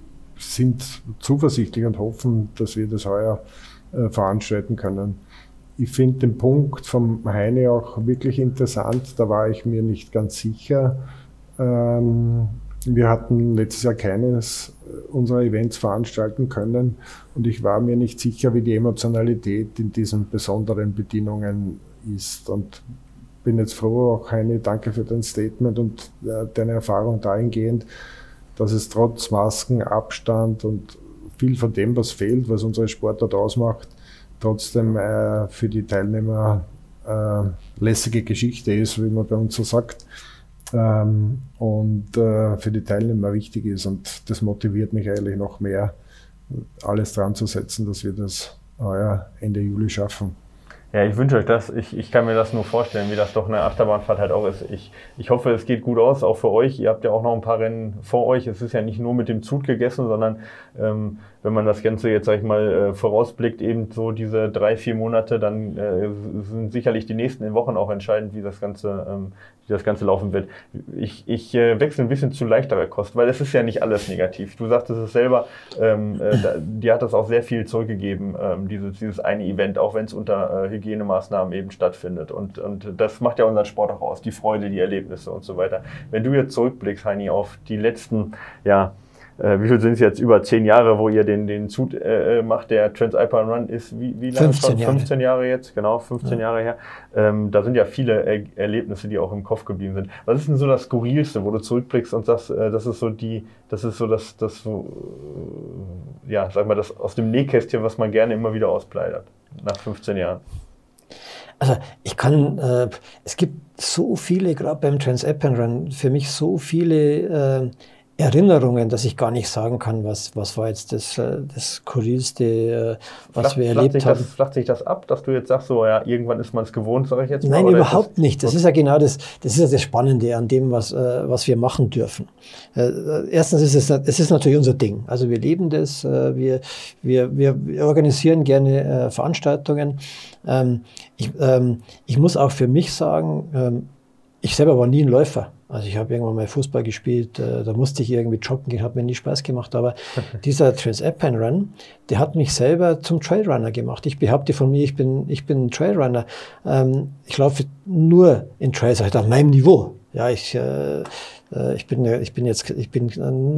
[SPEAKER 4] sind zuversichtlich und hoffen, dass wir das heuer äh, veranstalten können. Ich finde den Punkt vom Heini auch wirklich interessant, da war ich mir nicht ganz sicher. Ähm, Wir hatten letztes Jahr keines unserer Events veranstalten können und ich war mir nicht sicher, wie die Emotionalität in diesen besonderen Bedingungen ist. Und bin jetzt froh, auch Heini, danke für dein Statement und äh, deine Erfahrung dahingehend, dass es trotz Masken, Abstand und viel von dem, was fehlt, was unsere Sportart ausmacht, trotzdem äh, für die Teilnehmer äh, lässige Geschichte ist, wie man bei uns so sagt. Ähm, und äh, für die Teilnehmer wichtig ist und das motiviert mich eigentlich noch mehr, alles dran zu setzen, dass wir das heuer Ende Juli schaffen.
[SPEAKER 2] Ja, ich wünsche euch das. Ich, ich kann mir das nur vorstellen, wie das doch eine Achterbahnfahrt halt auch ist. Ich, ich hoffe, es geht gut aus, auch für euch. Ihr habt ja auch noch ein paar Rennen vor euch. Es ist ja nicht nur mit dem Zug gegessen, sondern ähm, wenn man das Ganze jetzt, sag ich mal, äh, vorausblickt, eben so diese drei, vier Monate, dann äh, sind sicherlich die nächsten Wochen auch entscheidend, wie das Ganze, ähm, wie das Ganze laufen wird. Ich, ich äh, wechsle ein bisschen zu leichterer Kost, weil es ist ja nicht alles negativ. Du sagtest es selber, ähm, äh, da, dir hat das auch sehr viel zurückgegeben, ähm, dieses, dieses eine Event, auch wenn es unter äh, Hygienemaßnahmen eben stattfindet. Und, und das macht ja unseren Sport auch aus, die Freude, die Erlebnisse und so weiter. Wenn du jetzt zurückblickst, Heini, auf die letzten, ja, äh, wie viel sind es jetzt, über zehn Jahre, wo ihr den, den Zut äh, macht, der Transalpine Run ist, wie, wie lange?
[SPEAKER 3] fünfzehn Jahre.
[SPEAKER 2] fünfzehn Jahre jetzt, genau, fünfzehn ja. Jahre her. Ähm, da sind ja viele er Erlebnisse, die auch im Kopf geblieben sind. Was ist denn so das Skurrilste, wo du zurückblickst und sagst, äh, das ist so die, das ist so das, das so, äh, ja, sag mal, das aus dem Nähkästchen, was man gerne immer wieder ausplaudert, nach fünfzehn Jahren?
[SPEAKER 3] Also ich kann, äh, es gibt so viele, gerade beim Transalpine Run, für mich so viele äh, Erinnerungen, dass ich gar nicht sagen kann, was, was war jetzt das, das Skurrilste, was flacht, wir erlebt
[SPEAKER 2] sich
[SPEAKER 3] haben.
[SPEAKER 2] Das, flacht sich das ab, dass du jetzt sagst, so ja, irgendwann ist man es gewohnt, sage ich jetzt mal?
[SPEAKER 3] Nein, überhaupt das, nicht. Das ist ja genau das, das ist ja das Spannende an dem, was, was wir machen dürfen. Erstens ist es, es ist natürlich unser Ding. Also wir leben das, wir, wir, wir organisieren gerne Veranstaltungen. Ich, ich muss auch für mich sagen, ich selber war nie ein Läufer. Also ich habe irgendwann mal Fußball gespielt, äh, da musste ich irgendwie joggen gehen, hat mir nie Spaß gemacht, aber dieser Transalpine Run, der hat mich selber zum Trailrunner gemacht. Ich behaupte von mir, ich bin, ich bin ein Trailrunner. Ähm, ich laufe nur in Trails, halt auf meinem Niveau. Ja, ich, äh, ich bin, ich bin jetzt, ich bin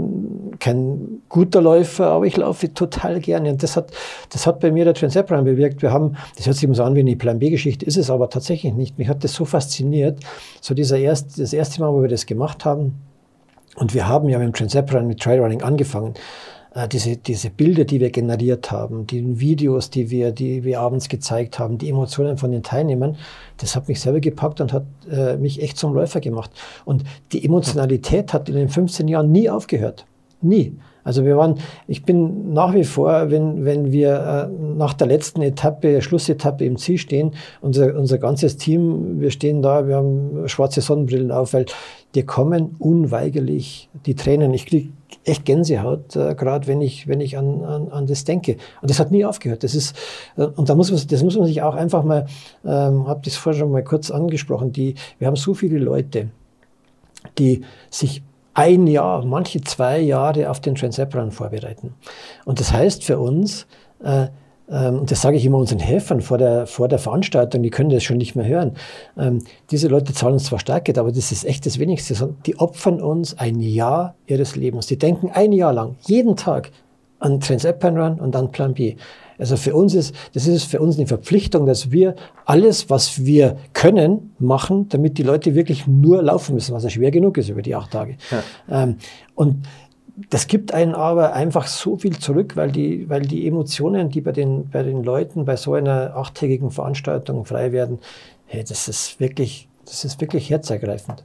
[SPEAKER 3] kein guter Läufer, aber ich laufe total gerne. Und das hat, das hat bei mir der Transalpine bewirkt. Wir haben, das hört sich immer so an wie eine Plan B-Geschichte, ist es aber tatsächlich nicht. Mich hat das so fasziniert. So dieser erste, das erste Mal, wo wir das gemacht haben. Und wir haben ja mit dem Transalpine mit Trailrunning angefangen. Diese, diese Bilder, die wir generiert haben, die Videos, die wir, die wir abends gezeigt haben, die Emotionen von den Teilnehmern, das hat mich selber gepackt und hat äh, mich echt zum Läufer gemacht. Und die Emotionalität hat in den fünfzehn Jahren nie aufgehört. Nie. Also wir waren, ich bin nach wie vor, wenn, wenn wir äh, nach der letzten Etappe, Schlussetappe im Ziel stehen, unser, unser ganzes Team, wir stehen da, wir haben schwarze Sonnenbrillen auf, weil dir kommen unweigerlich die Tränen. Ich kriege echt Gänsehaut, äh, gerade wenn ich, wenn ich an, an, an das denke. Und das hat nie aufgehört. Das ist, äh, und da muss man, das muss man sich auch einfach mal, ähm, habe das vorher schon mal kurz angesprochen, die, wir haben so viele Leute, die sich ein Jahr, manche zwei Jahre auf den Transap Run vorbereiten. Und das heißt für uns, äh, ähm, und das sage ich immer unseren Helfern vor der, vor der Veranstaltung, die können das schon nicht mehr hören. Ähm, diese Leute zahlen uns zwar Starkgeld, aber das ist echt das Wenigste. Die opfern uns ein Jahr ihres Lebens. Die denken ein Jahr lang, jeden Tag, an Transap Run und an Plan B. Also für uns ist, das ist für uns eine Verpflichtung, dass wir alles, was wir können, machen, damit die Leute wirklich nur laufen müssen, was ja schwer genug ist über die acht Tage. Ja. Ähm, und das gibt einen aber einfach so viel zurück, weil die, weil die Emotionen, die bei den, bei den Leuten bei so einer achttägigen Veranstaltung frei werden, hey, das ist wirklich, das ist wirklich herzergreifend.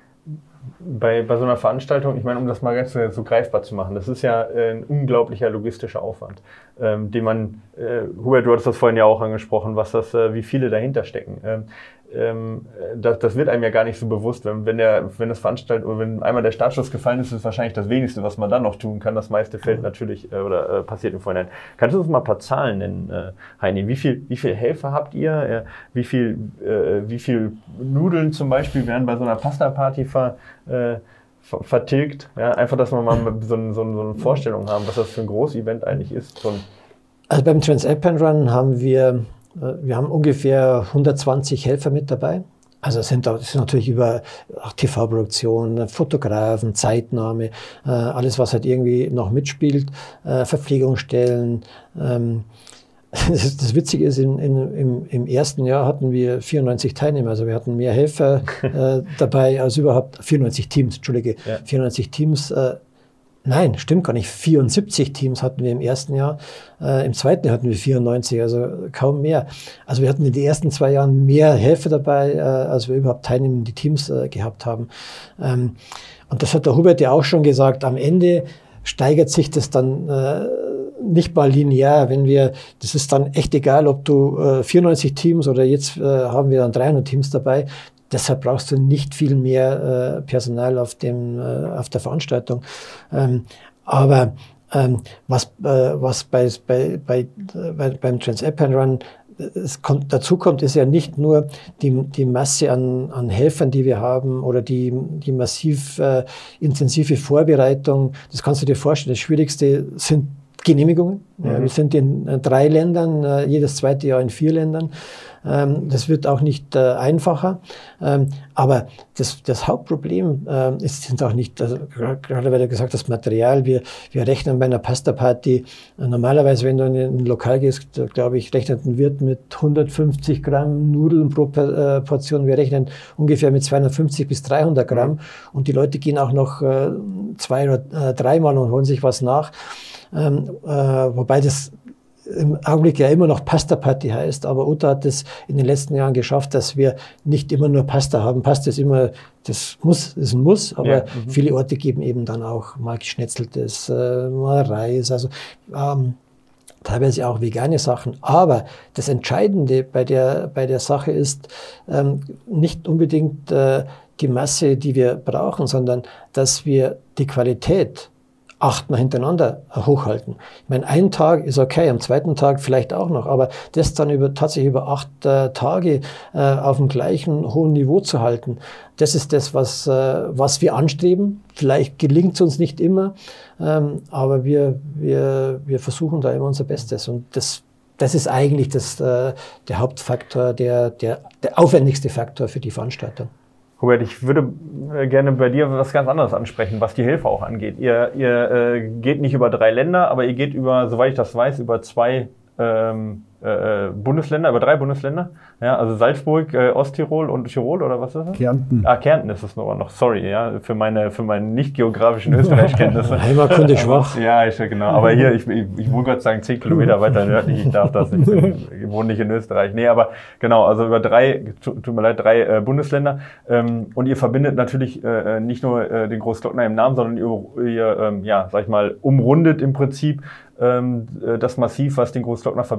[SPEAKER 2] Bei, bei so einer Veranstaltung, ich meine, um das mal ganz so, so greifbar zu machen, das ist ja äh, ein unglaublicher logistischer Aufwand, ähm, den man, äh, Hubert, du hattest das vorhin ja auch angesprochen, was das, äh, wie viele dahinter stecken. Ähm, ähm, das, das wird einem ja gar nicht so bewusst, wenn, wenn, der, wenn das Veranstaltung, oder wenn einmal der Startschuss gefallen ist, ist es wahrscheinlich das Wenigste, was man dann noch tun kann. Das meiste fällt natürlich äh, oder äh, passiert im Vorhinein. Kannst du uns mal ein paar Zahlen nennen, äh, Heini? Wie viel, wie viel Helfer habt ihr? Äh, wie viel, äh, wie viel Nudeln zum Beispiel werden bei so einer Pasta-Party ver, äh, ver, vertilgt? Ja, einfach, dass wir mal so, ein, so, ein, so eine Vorstellung haben, was das für ein Groß-Event eigentlich ist. So ein
[SPEAKER 3] also beim Transap Run haben wir Wir haben ungefähr hundertzwanzig Helfer mit dabei. Also es sind, das sind natürlich über T V-Produktion, Fotografen, Zeitnahme, äh, alles, was halt irgendwie noch mitspielt, äh, Verpflegungsstellen. Ähm, das, das Witzige ist, in, in, im, im ersten Jahr hatten wir vierundneunzig Teilnehmer. Also wir hatten mehr Helfer äh, dabei als überhaupt, vierundneunzig Teams, Entschuldige, ja. vierundneunzig Teams. Äh, Nein, stimmt gar nicht. vierundsiebzig Teams hatten wir im ersten Jahr. Äh, Im zweiten Jahr hatten wir vierundneunzig, also kaum mehr. Also wir hatten in den ersten zwei Jahren mehr Helfer dabei, äh, als wir überhaupt teilnehmende Teams äh, gehabt haben. Ähm, und das hat der Hubert ja auch schon gesagt. Am Ende steigert sich das dann äh, nicht mal linear. Wenn wir, das ist dann echt egal, ob du äh, vierundneunzig Teams oder jetzt äh, haben wir dann dreihundert Teams dabei. Deshalb brauchst du nicht viel mehr äh, Personal auf, dem, äh, auf der Veranstaltung. Ähm, aber ähm, was, äh, was bei, bei, bei, bei, beim Transap Run es kommt, dazu kommt, ist ja nicht nur die, die Masse an, an Helfern, die wir haben, oder die, die massiv äh, intensive Vorbereitung. Das kannst du dir vorstellen. Das Schwierigste sind Genehmigungen. Mhm. Ja, wir sind in äh, drei Ländern, äh, jedes zweite Jahr in vier Ländern. Ähm, das wird auch nicht äh, einfacher. Ähm, aber das, das Hauptproblem äh, ist sind auch nicht, also, gerade weil du gesagt hast, Material. Wir, wir rechnen bei einer Pasta-Party, äh, normalerweise, wenn du in ein Lokal gehst, äh, glaube ich, rechnet ein Wirt mit hundertfünfzig Gramm Nudeln pro äh, Portion. Wir rechnen ungefähr mit zweihundertfünfzig bis dreihundert Gramm. Mhm. Und die Leute gehen auch noch äh, zwei oder äh, dreimal und holen sich was nach. Ähm, äh, wobei das im Augenblick ja immer noch Pasta-Party heißt, aber Uta hat es in den letzten Jahren geschafft, dass wir nicht immer nur Pasta haben. Pasta ist immer, das muss, ist ein Muss, aber ja, viele Orte geben eben dann auch mal Geschnetzeltes, äh, mal Reis, also ähm, teilweise auch vegane Sachen. Aber das Entscheidende bei der, bei der Sache ist ähm, nicht unbedingt äh, die Masse, die wir brauchen, sondern dass wir die Qualität achtmal hintereinander hochhalten. Ich meine, ein Tag ist okay, am zweiten Tag vielleicht auch noch, aber das dann über, tatsächlich über acht äh, Tage äh, auf dem gleichen hohen Niveau zu halten, das ist das, was, äh, was wir anstreben. Vielleicht gelingt es uns nicht immer, ähm, aber wir, wir, wir versuchen da immer unser Bestes. Und das, das ist eigentlich das, äh, der Hauptfaktor, der, der, der aufwendigste Faktor für die Veranstaltung.
[SPEAKER 2] Hubert, ich würde gerne bei dir was ganz anderes ansprechen, was die Hilfe auch angeht. Ihr, ihr äh, geht nicht über drei Länder, aber ihr geht über, soweit ich das weiß, über zwei ähm, äh, Bundesländer, über drei Bundesländer. Ja, also Salzburg, äh, Osttirol und Tirol, oder was ist das?
[SPEAKER 4] Kärnten.
[SPEAKER 2] Ah, Kärnten ist es noch, noch. Sorry, ja, für meine, für meine nicht geografischen Österreich-Kenntnisse.
[SPEAKER 3] Heimatkunde schwach.
[SPEAKER 2] Ja, ich, genau. Aber hier, ich, ich, ich wohne Gott sei Dank zehn Kilometer weiter nördlich. Ich darf das nicht. Ich wohne nicht in Österreich. Nee, aber genau, also über drei, tut mir leid, drei äh, Bundesländer. Ähm, und ihr verbindet natürlich äh, nicht nur äh, den Großglockner im Namen, sondern ihr, ihr ähm, ja, sag ich mal, umrundet im Prinzip ähm, das Massiv, was den Großglockner verbindet. Inwieweit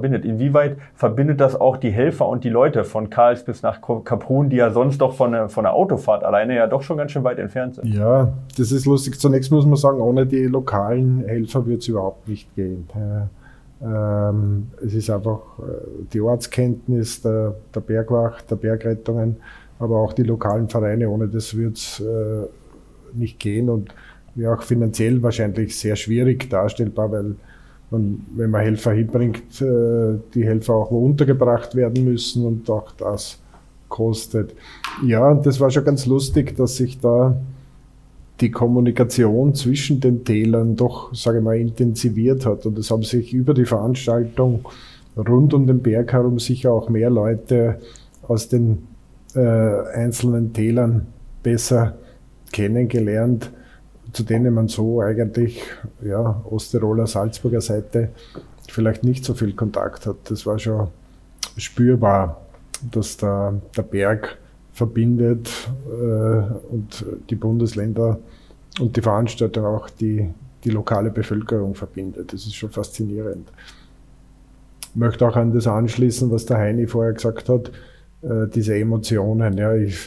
[SPEAKER 2] inwieweit verbindet das auch die Helfer und die Leute von Karls bis nach Kaprun, die ja sonst doch von der, von der Autofahrt alleine ja doch schon ganz schön weit entfernt sind?
[SPEAKER 4] Ja, das ist lustig. Zunächst muss man sagen, ohne die lokalen Helfer wird es überhaupt nicht gehen. Ähm, es ist einfach die Ortskenntnis der, der Bergwacht, der Bergrettungen, aber auch die lokalen Vereine, ohne das wird es äh, nicht gehen und wäre auch finanziell wahrscheinlich sehr schwierig darstellbar, weil man, wenn man Helfer hinbringt, äh, die Helfer auch wo untergebracht werden müssen und auch das kostet. Ja, und das war schon ganz lustig, dass sich da die Kommunikation zwischen den Tälern doch, sage ich mal, intensiviert hat und es haben sich über die Veranstaltung rund um den Berg herum sicher auch mehr Leute aus den äh, einzelnen Tälern besser kennengelernt, zu denen man so eigentlich, ja, Osttiroler, Salzburger Seite vielleicht nicht so viel Kontakt hat. Das war schon spürbar, dass da der Berg verbindet äh, und die Bundesländer und die Veranstaltung auch die, die lokale Bevölkerung verbindet. Das ist schon faszinierend. Ich möchte auch an das anschließen, was der Heini vorher gesagt hat, äh, diese Emotionen. Ja, ich,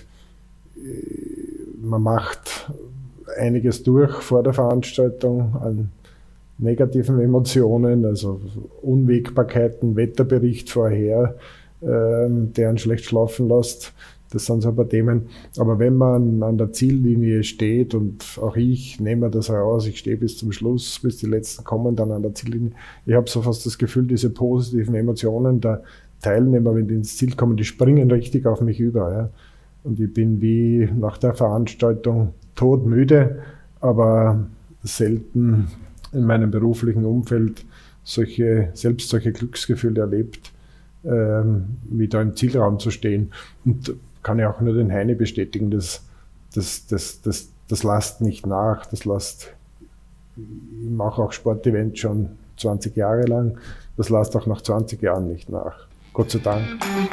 [SPEAKER 4] man macht einiges durch vor der Veranstaltung an negativen Emotionen, also Unwägbarkeiten, Wetterbericht vorher, ähm, der einen schlecht schlafen lässt. Das sind so ein paar Themen. Aber wenn man an der Ziellinie steht, und auch ich nehme das heraus, ich stehe bis zum Schluss, bis die Letzten kommen dann an der Ziellinie. Ich habe so fast das Gefühl, diese positiven Emotionen der Teilnehmer, wenn die ins Ziel kommen, die springen richtig auf mich über. Ja. Und ich bin wie nach der Veranstaltung todmüde, aber selten in meinem beruflichen Umfeld solche, selbst solche Glücksgefühle erlebt, ähm, wie da im Zielraum zu stehen. Und kann ich auch nur den Heini bestätigen, das, das, das, das, das lasst nicht nach, das lasst, ich mache auch Sportevents schon zwanzig Jahre lang, das lasst auch nach zwanzig Jahren nicht nach. Gott sei Dank.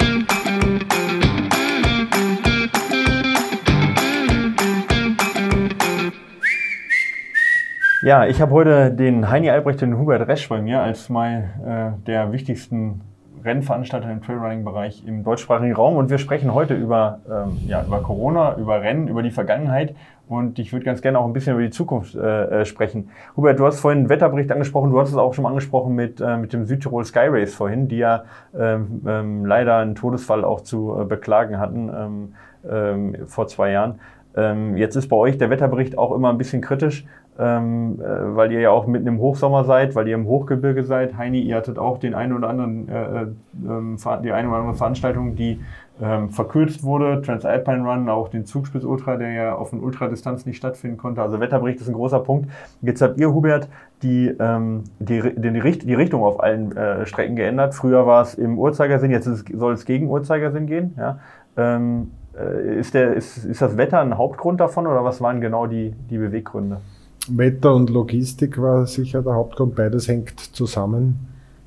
[SPEAKER 2] Ja, ich habe heute den Heini Albrecht und den Hubert Resch bei mir als mal äh, der wichtigsten Rennveranstalter im Trailrunning-Bereich im deutschsprachigen Raum und wir sprechen heute über, ähm, ja, über Corona, über Rennen, über die Vergangenheit und ich würde ganz gerne auch ein bisschen über die Zukunft äh, sprechen. Hubert, du hast vorhin einen Wetterbericht angesprochen, du hast es auch schon mal angesprochen mit, äh, mit dem Südtirol Sky Race vorhin, die ja ähm, ähm, leider einen Todesfall auch zu äh, beklagen hatten ähm, ähm, vor zwei Jahren. Ähm, jetzt ist bei euch der Wetterbericht auch immer ein bisschen kritisch, ähm, äh, weil ihr ja auch mitten im Hochsommer seid, weil ihr im Hochgebirge seid. Heini, ihr hattet auch den einen oder anderen, äh, äh, die eine oder andere Veranstaltung, die ähm, verkürzt wurde, Transalpine Run, auch den Zugspitz Ultra, der ja auf den Ultradistanz nicht stattfinden konnte. Also Wetterbericht ist ein großer Punkt. Jetzt habt ihr, Hubert, die, ähm, die, die, die Richtung auf allen äh, Strecken geändert. Früher war es im Uhrzeigersinn, jetzt ist, soll es gegen Uhrzeigersinn gehen. Ja? Ähm, Ist, der, ist, ist das Wetter ein Hauptgrund davon oder was waren genau die, die Beweggründe?
[SPEAKER 4] Wetter und Logistik war sicher der Hauptgrund, beides hängt zusammen.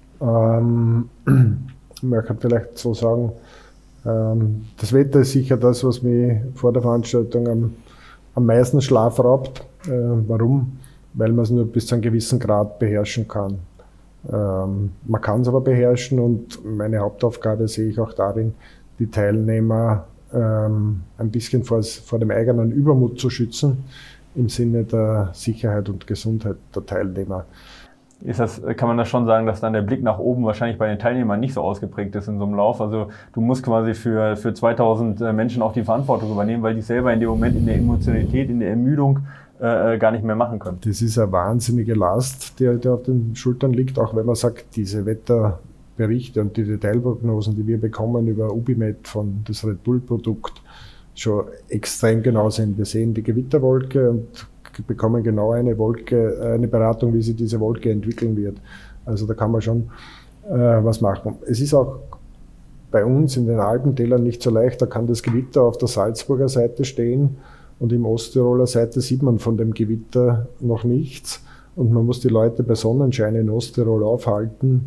[SPEAKER 4] Ähm, man kann vielleicht so sagen, ähm, das Wetter ist sicher das, was mich vor der Veranstaltung am, am meisten Schlaf raubt. Äh, warum? Weil man es nur bis zu einem gewissen Grad beherrschen kann. Ähm, man kann es aber beherrschen und meine Hauptaufgabe sehe ich auch darin, die Teilnehmer ähm, ein bisschen vor, vor dem eigenen Übermut zu schützen, im Sinne der Sicherheit und Gesundheit der Teilnehmer.
[SPEAKER 2] Ist das, kann man das schon sagen, dass dann der Blick nach oben wahrscheinlich bei den Teilnehmern nicht so ausgeprägt ist in so einem Lauf? Also du musst quasi für, für zweitausend Menschen auch die Verantwortung übernehmen, weil die selber in dem Moment in der Emotionalität, in der Ermüdung äh, gar nicht mehr machen können.
[SPEAKER 4] Das ist eine wahnsinnige Last, die, die auf den Schultern liegt, auch wenn man sagt, diese Wetterberichte und die Detailprognosen, die wir bekommen über Ubimed von das Red Bull Produkt, schon extrem genau sind. Wir sehen die Gewitterwolke und bekommen genau eine Wolke, eine Beratung, wie sich diese Wolke entwickeln wird. Also da kann man schon äh, was machen. Es ist auch bei uns in den Alpentälern nicht so leicht, da kann das Gewitter auf der Salzburger Seite stehen und im Osttiroler Seite sieht man von dem Gewitter noch nichts und man muss die Leute bei Sonnenschein in Osttirol aufhalten.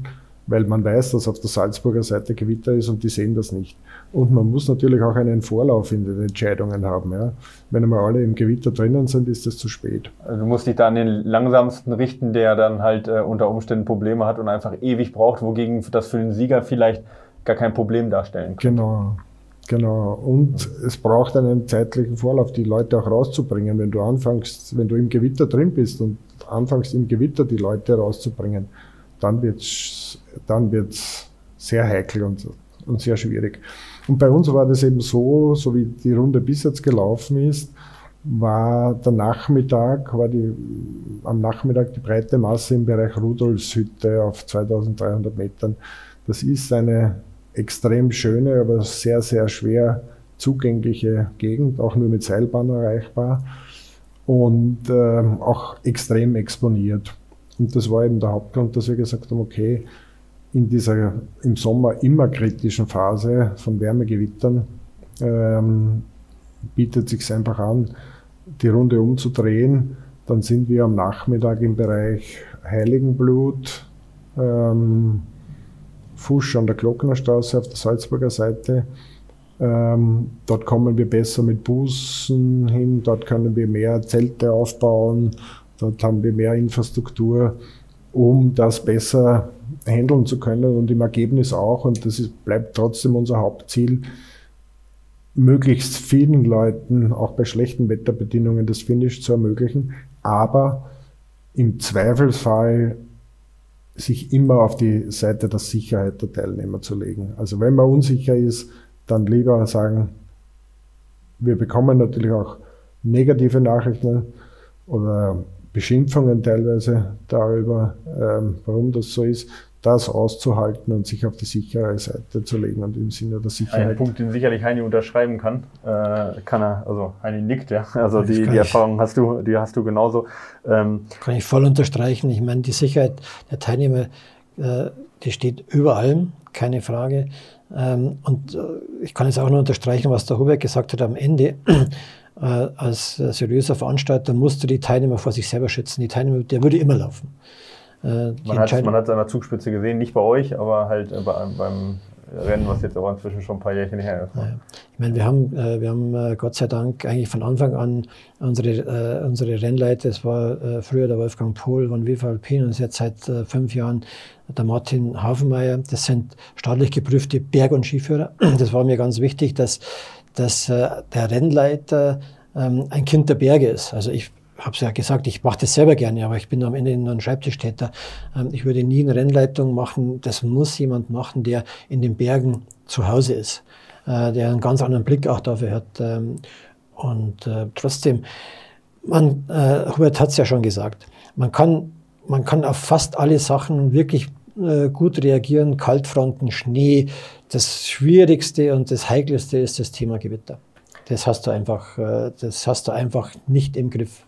[SPEAKER 4] weil man weiß, dass auf der Salzburger Seite Gewitter ist und die sehen das nicht. Und man muss natürlich auch einen Vorlauf in den Entscheidungen haben. Ja. Wenn einmal alle im Gewitter drinnen sind, ist es zu spät.
[SPEAKER 2] Also du musst dich da an den langsamsten richten, der dann halt äh, unter Umständen Probleme hat und einfach ewig braucht, wogegen das für den Sieger vielleicht gar kein Problem darstellen kann.
[SPEAKER 4] Genau. Genau, und ja. es braucht einen zeitlichen Vorlauf, die Leute auch rauszubringen. Wenn du anfängst, wenn du im Gewitter drin bist und anfängst im Gewitter die Leute rauszubringen, dann wird's, dann wird's sehr heikel und, und sehr schwierig. Und bei uns war das eben so, so wie die Runde bis jetzt gelaufen ist, war der Nachmittag, war die, am Nachmittag die breite Masse im Bereich Rudolfshütte auf zweitausenddreihundert Metern. Das ist eine extrem schöne, aber sehr, sehr schwer zugängliche Gegend, auch nur mit Seilbahn erreichbar und äh, auch extrem exponiert. Und das war eben der Hauptgrund, dass wir gesagt haben, okay, in dieser im Sommer immer kritischen Phase von Wärmegewittern ähm, bietet es sich einfach an, die Runde umzudrehen. Dann sind wir am Nachmittag im Bereich Heiligenblut, ähm, Fusch an der Glocknerstraße auf der Salzburger Seite. Ähm, dort kommen wir besser mit Bussen hin, dort können wir mehr Zelte aufbauen, dort haben wir mehr Infrastruktur, um das besser handeln zu können und im Ergebnis auch, und das ist, bleibt trotzdem unser Hauptziel, möglichst vielen Leuten, auch bei schlechten Wetterbedingungen, das Finish zu ermöglichen, aber im Zweifelsfall sich immer auf die Seite der Sicherheit der Teilnehmer zu legen. Also wenn man unsicher ist, dann lieber sagen, wir bekommen natürlich auch negative Nachrichten oder Beschimpfungen teilweise darüber, ähm, warum das so ist, das auszuhalten und sich auf die sichere Seite zu legen und im Sinne der Sicherheit.
[SPEAKER 2] Ein Punkt, den sicherlich Heini unterschreiben kann, äh, kann er, also Heini nickt, ja, also die, die Erfahrung hast du, die hast du genauso. Ähm,
[SPEAKER 3] kann ich voll unterstreichen. Ich meine, die Sicherheit der Teilnehmer, äh, die steht über allem, keine Frage. Ähm, und äh, ich kann jetzt auch noch unterstreichen, was der Hubert gesagt hat am Ende. Äh, als äh, seriöser Veranstalter musst du die Teilnehmer vor sich selber schützen. Die Teilnehmer, der würde immer laufen.
[SPEAKER 2] Äh, man hat man hat es an der Zugspitze gesehen, nicht bei euch, aber halt äh, bei, beim Rennen, was jetzt aber inzwischen schon ein paar Jährchen her ist.
[SPEAKER 3] Ja. Ich meine, wir haben, äh, wir haben äh, Gott sei Dank eigentlich von Anfang an unsere, äh, unsere Rennleiter, es war äh, früher der Wolfgang Pohl von W V Alpin und jetzt seit äh, fünf Jahren der Martin Hafenmeier. Das sind staatlich geprüfte Berg- und Skiführer. Das war mir ganz wichtig, dass, dass äh, der Rennleiter ähm, ein Kind der Berge ist. Also ich habe es ja gesagt, ich mache das selber gerne, aber ich bin am Ende nur ein Schreibtischtäter. Ähm, ich würde nie eine Rennleitung machen. Das muss jemand machen, der in den Bergen zu Hause ist, äh, der einen ganz anderen Blick auch dafür hat. Ähm, und äh, trotzdem, man, äh, Hubert hat es ja schon gesagt, man kann, man kann auf fast alle Sachen wirklich äh, gut reagieren. Kaltfronten, Schnee. Das Schwierigste und das Heikelste ist das Thema Gewitter. Das hast du einfach, äh, das hast du einfach nicht im Griff.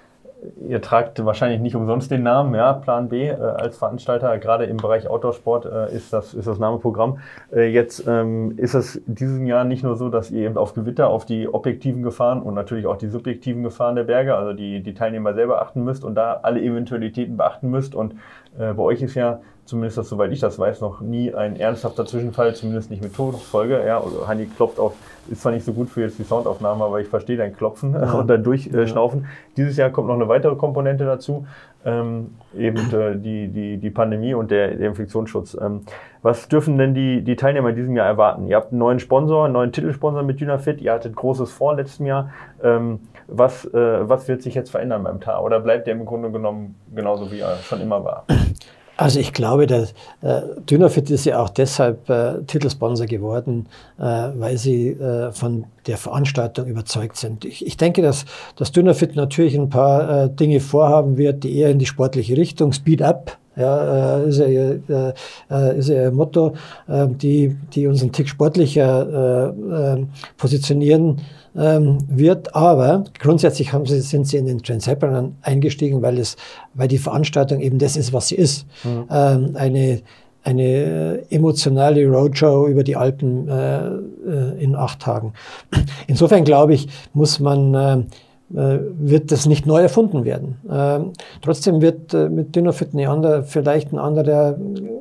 [SPEAKER 2] Ihr tragt wahrscheinlich nicht umsonst den Namen, ja, Plan B äh, als Veranstalter, gerade im Bereich Outdoor-Sport äh, ist das, ist das Namenprogramm. Äh, jetzt ähm, ist es diesen Jahr nicht nur so, dass ihr eben auf Gewitter, auf die objektiven Gefahren und natürlich auch die subjektiven Gefahren der Berge, also die, die Teilnehmer selber achten müsst und da alle Eventualitäten beachten müsst. Und äh, bei euch ist ja, zumindest das, soweit ich das weiß, noch nie ein ernsthafter Zwischenfall, zumindest nicht mit Todesfolge. Ja, also Heini klopft auf, ist zwar nicht so gut für jetzt die Soundaufnahme, aber ich verstehe dein Klopfen ja. und dein Durchschnaufen. Ja. Dieses Jahr kommt noch eine weitere Komponente dazu, ähm, eben äh, die, die, die Pandemie und der, der Infektionsschutz. Ähm, was dürfen denn die, die Teilnehmer in diesem Jahr erwarten? Ihr habt einen neuen Sponsor, einen neuen Titelsponsor mit Dynafit, ihr hattet Großes vor letztem Jahr. Ähm, was, äh, was wird sich jetzt verändern beim T A? Oder bleibt der im Grunde genommen genauso, wie er schon immer war?
[SPEAKER 3] Also ich glaube, dass äh, Dynafit ist ja auch deshalb äh, Titelsponsor geworden, äh, weil sie äh, von der Veranstaltung überzeugt sind. Ich, ich denke, dass, dass Dynafit natürlich ein paar äh, Dinge vorhaben wird, die eher in die sportliche Richtung, Speed Up, ja, äh, ist ja ihr, äh, ist ja ihr Motto, äh, die, die uns einen Tick sportlicher äh, äh, positionieren ähm, wird. Aber grundsätzlich haben sie, sind sie in den Trans-Hyperrun eingestiegen, weil, es, weil die Veranstaltung eben das ist, was sie ist. Mhm. Ähm, eine eine emotionale Roadshow über die Alpen äh, in acht Tagen. Insofern glaube ich, muss man äh, wird das nicht neu erfunden werden. Ähm, trotzdem wird äh, mit Dynafit eine andere, vielleicht ein anderer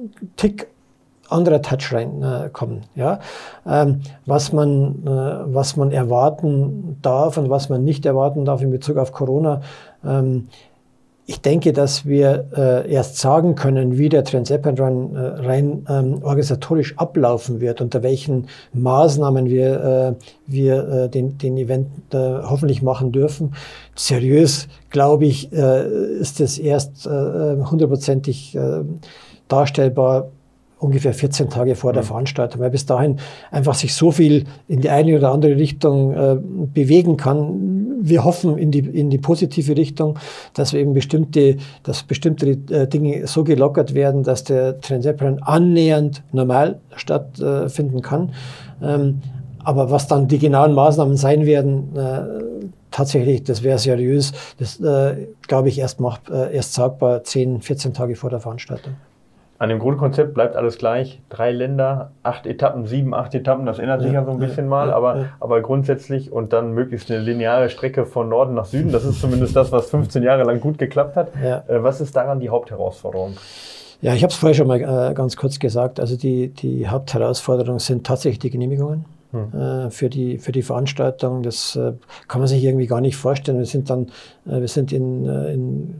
[SPEAKER 3] Tick anderer Touch reinkommen. Äh, ja? ähm, was, man, äh, was man erwarten darf und was man nicht erwarten darf in Bezug auf Corona. Ähm, ich denke, dass wir äh, erst sagen können, wie der Transalpine Run äh, rein ähm, organisatorisch ablaufen wird, unter welchen Maßnahmen wir, äh, wir äh, den, den Event äh, hoffentlich machen dürfen. Seriös, glaube ich, äh, ist es erst äh, hundertprozentig äh, darstellbar, ungefähr vierzehn Tage vor der Veranstaltung, weil bis dahin einfach sich so viel in die eine oder andere Richtung äh, bewegen kann. Wir hoffen in die, in die positive Richtung, dass wir eben bestimmte, dass bestimmte äh, Dinge so gelockert werden, dass der Transalpine annähernd normal stattfinden kann. Ähm, aber was dann die genauen Maßnahmen sein werden, äh, tatsächlich, das wäre seriös, das äh, glaube ich erst, macht, äh, erst sagbar zehn, vierzehn Tage vor der Veranstaltung.
[SPEAKER 2] An dem Grundkonzept bleibt alles gleich. Drei Länder, acht Etappen, sieben, acht Etappen, das ändert sich ja, ja so ein bisschen ja, mal, ja, aber, ja. aber grundsätzlich und dann möglichst eine lineare Strecke von Norden nach Süden. Das ist zumindest das, was fünfzehn Jahre lang gut geklappt hat. Ja. Äh, was ist daran die Hauptherausforderung?
[SPEAKER 3] Ja, ich habe es vorher schon mal äh, ganz kurz gesagt. Also die, die Hauptherausforderungen sind tatsächlich die Genehmigungen. Hm. Äh, für die für die Veranstaltung. Das äh, kann man sich irgendwie gar nicht vorstellen. Wir sind dann, äh, wir sind in, äh, in,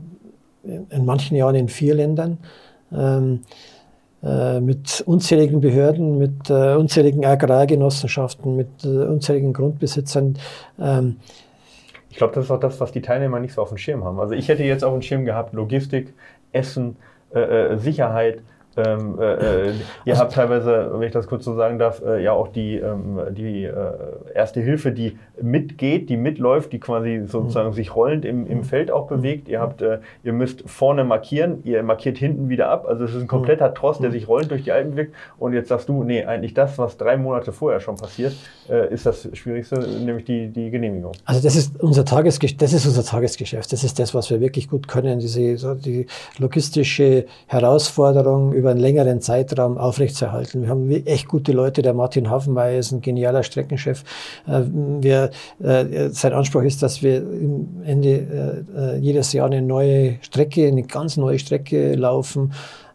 [SPEAKER 3] in manchen Jahren in vier Ländern. Ähm, äh, mit unzähligen Behörden, mit äh, unzähligen Agrargenossenschaften, mit äh, unzähligen Grundbesitzern. Ähm,
[SPEAKER 2] ich glaube, das ist auch das, was die Teilnehmer nicht so auf dem Schirm haben. Also ich hätte jetzt auf dem Schirm gehabt, Logistik, Essen, äh, Sicherheit. Ähm, äh, ihr habt teilweise, wenn ich das kurz so sagen darf, äh, ja auch die, ähm, die äh, erste Hilfe, die mitgeht, die mitläuft, die quasi sozusagen sich rollend im, im Feld auch bewegt. Ihr habt, äh, ihr müsst vorne markieren, ihr markiert hinten wieder ab. Also es ist ein kompletter Tross, der sich rollend durch die Alpen bewegt. Und jetzt sagst du, nee, eigentlich das, was drei Monate vorher schon passiert, äh, ist das Schwierigste, nämlich die, die Genehmigung.
[SPEAKER 3] Also das ist unser Tagesgeschäft, das ist unser Tagesgeschäft. Das ist das, was wir wirklich gut können, diese so die logistische Herausforderung über einen längeren Zeitraum aufrechtzuerhalten. Wir haben echt gute Leute. Der Martin Hafenmeier ist ein genialer Streckenchef. Wir, sein Anspruch ist, dass wir am Ende jedes Jahr eine neue Strecke, eine ganz neue Strecke laufen.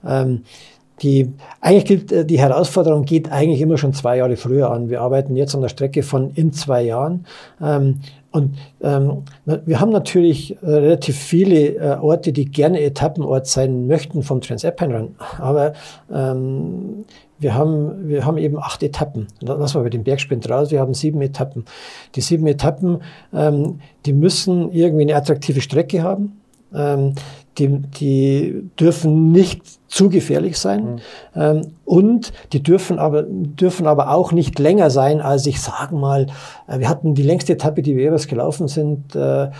[SPEAKER 3] Die, eigentlich gilt, die Herausforderung geht eigentlich immer schon zwei Jahre früher an. Wir arbeiten jetzt an der Strecke von in zwei Jahren. Ähm, und ähm, wir haben natürlich äh, relativ viele äh, Orte, die gerne Etappenort sein möchten vom Transalpine Run. Aber ähm, wir haben, wir haben eben acht Etappen. Lassen wir bei dem Bergsprint raus. Wir haben sieben Etappen. Die sieben Etappen, ähm, die müssen irgendwie eine attraktive Strecke haben. Ähm, die, die dürfen nicht zu gefährlich sein. Mhm. Ähm, und die dürfen aber, dürfen aber auch nicht länger sein, als ich sage mal, äh, wir hatten die längste Etappe, die wir jeweils gelaufen sind, äh, äh,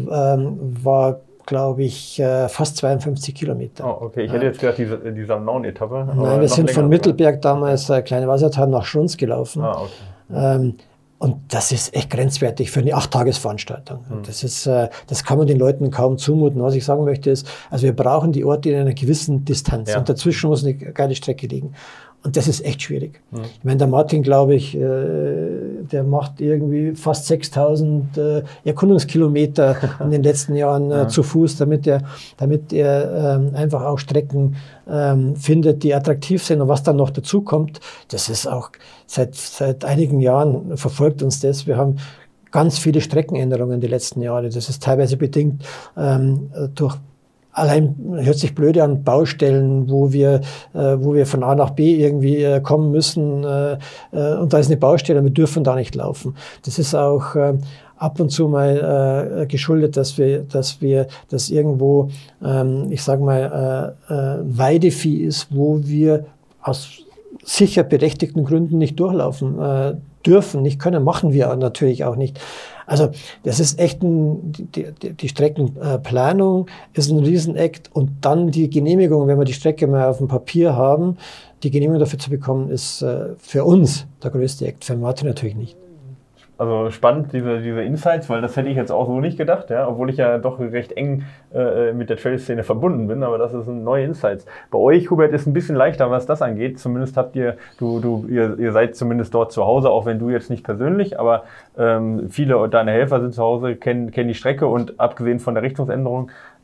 [SPEAKER 3] war, glaube ich, äh, fast zweiundfünfzig Kilometer.
[SPEAKER 2] Oh, okay. Ich hätte jetzt gedacht, diese, diese Samnaun-Etappe.
[SPEAKER 3] Nein, wir sind von Mittelberg damals, äh, Kleine Wassertal, nach Schrunz gelaufen.
[SPEAKER 2] Ah, okay.
[SPEAKER 3] Ähm, Und das ist echt grenzwertig für eine Acht-Tages-Veranstaltung. Mhm. Das ist, äh, das kann man den Leuten kaum zumuten. Was ich sagen möchte ist, also wir brauchen die Orte in einer gewissen Distanz. Ja. Und dazwischen muss eine geile Strecke liegen. Und das ist echt schwierig. Mhm. Ich meine, der Martin, glaube ich, äh, der macht irgendwie fast sechstausend äh, Erkundungskilometer in den letzten Jahren äh, ja. zu Fuß, damit er, damit er ähm, einfach auch Strecken ähm, findet, die attraktiv sind. Und was dann noch dazu kommt, das ist auch seit, seit einigen Jahren verfolgt uns das. Wir haben ganz viele Streckenänderungen die letzten Jahre. Das ist teilweise bedingt ähm, durch Allein hört sich blöd an, Baustellen, wo wir, äh, wo wir von A nach B irgendwie äh, kommen müssen äh, äh, und da ist eine Baustelle und wir dürfen da nicht laufen. Das ist auch äh, ab und zu mal äh, geschuldet, dass wir, dass wir, dass irgendwo, ähm, ich sage mal, äh, äh, Weidevieh ist, wo wir aus sicher berechtigten Gründen nicht durchlaufen äh, dürfen, nicht können, machen wir natürlich auch nicht. Also das ist echt ein, die, die, die Streckenplanung ist ein Riesenakt und dann die Genehmigung, wenn wir die Strecke mal auf dem Papier haben, die Genehmigung dafür zu bekommen, ist äh, für uns der größte Akt, für Martin natürlich nicht.
[SPEAKER 2] Also spannend, diese, diese Insights, weil das hätte ich jetzt auch so nicht gedacht, ja, obwohl ich ja doch recht eng äh, mit der Trail-Szene verbunden bin, aber das sind neue Insights. Bei euch, Hubert, ist ein bisschen leichter, was das angeht. Zumindest habt ihr, du, du, ihr, ihr seid zumindest dort zu Hause, auch wenn du jetzt nicht persönlich, aber ähm, viele deiner Helfer sind zu Hause, kennen, kennen die Strecke und abgesehen von der Richtungsänderung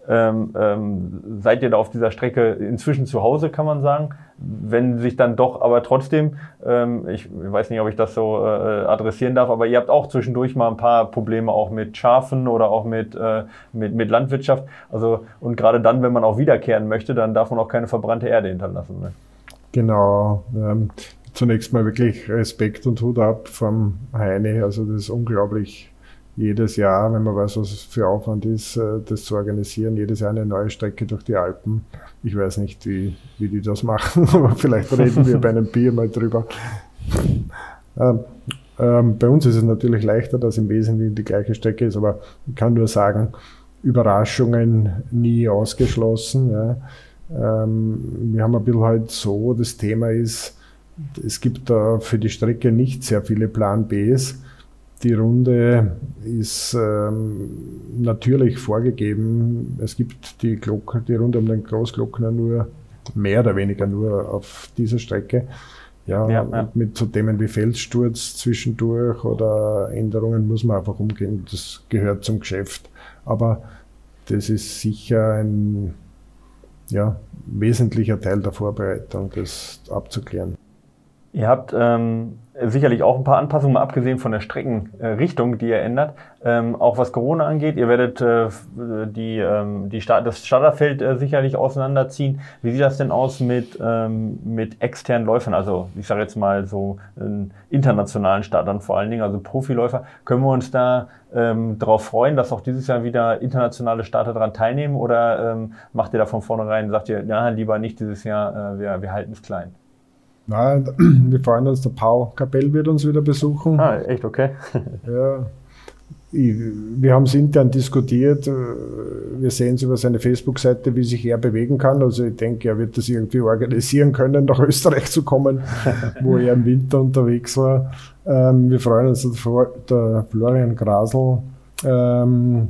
[SPEAKER 2] ähm, ähm, seid ihr da auf dieser Strecke inzwischen zu Hause, kann man sagen. Wenn sich dann doch aber trotzdem, ähm, ich weiß nicht, ob ich das so äh, adressieren darf, aber ihr habt auch zwischendurch mal ein paar Probleme auch mit Schafen oder auch mit, äh, mit, mit Landwirtschaft. Also, und gerade dann, wenn man auch wiederkehren möchte, dann darf man auch keine verbrannte Erde hinterlassen. Ne?
[SPEAKER 4] Genau. Ähm, zunächst mal wirklich Respekt und Hut ab vom Heini. Also das ist unglaublich. Jedes Jahr, wenn man weiß, was es für Aufwand ist, das zu organisieren, jedes Jahr eine neue Strecke durch die Alpen. Ich weiß nicht, wie, wie die das machen, aber vielleicht reden wir bei einem Bier mal drüber. Ähm, ähm, bei uns ist es natürlich leichter, dass im Wesentlichen die gleiche Strecke ist, aber ich kann nur sagen, Überraschungen nie ausgeschlossen. Ja. Ähm, wir haben ein bisschen halt so, das Thema ist, es gibt da für die Strecke nicht sehr viele Plan Bs. Die Runde ist ähm, natürlich vorgegeben. Es gibt die, Glocke, die Runde um den Großglockner nur, mehr oder weniger nur auf dieser Strecke. Ja,
[SPEAKER 2] ja, ja.
[SPEAKER 4] Mit so Themen wie Felssturz zwischendurch oder Änderungen muss man einfach umgehen. Das gehört zum Geschäft. Aber das ist sicher ein ja, wesentlicher Teil der Vorbereitung, das abzuklären.
[SPEAKER 2] Ihr habt ähm, sicherlich auch ein paar Anpassungen, mal abgesehen von der Streckenrichtung, äh, die ihr ändert. Ähm, auch was Corona angeht, ihr werdet äh, die, ähm, die Start, das Starterfeld äh, sicherlich auseinanderziehen. Wie sieht das denn aus mit, ähm, mit externen Läufern? Also ich sage jetzt mal so äh, internationalen Startern vor allen Dingen, also Profiläufer. Können wir uns da ähm, darauf freuen, dass auch dieses Jahr wieder internationale Starter daran teilnehmen? Oder ähm, macht ihr da von vornherein, sagt ihr, ja, lieber nicht dieses Jahr, äh, wir, wir halten es klein?
[SPEAKER 4] Nein, wir freuen uns, der Pau Kapell wird uns wieder besuchen.
[SPEAKER 2] Ah, echt, okay.
[SPEAKER 4] Ja, ich, wir haben es intern diskutiert. Wir sehen es über seine Facebook-Seite, wie sich er bewegen kann. Also ich denke, er wird das irgendwie organisieren können, nach Österreich zu kommen, wo er im Winter unterwegs war. Ähm, wir freuen uns, der Florian Grasl, ähm,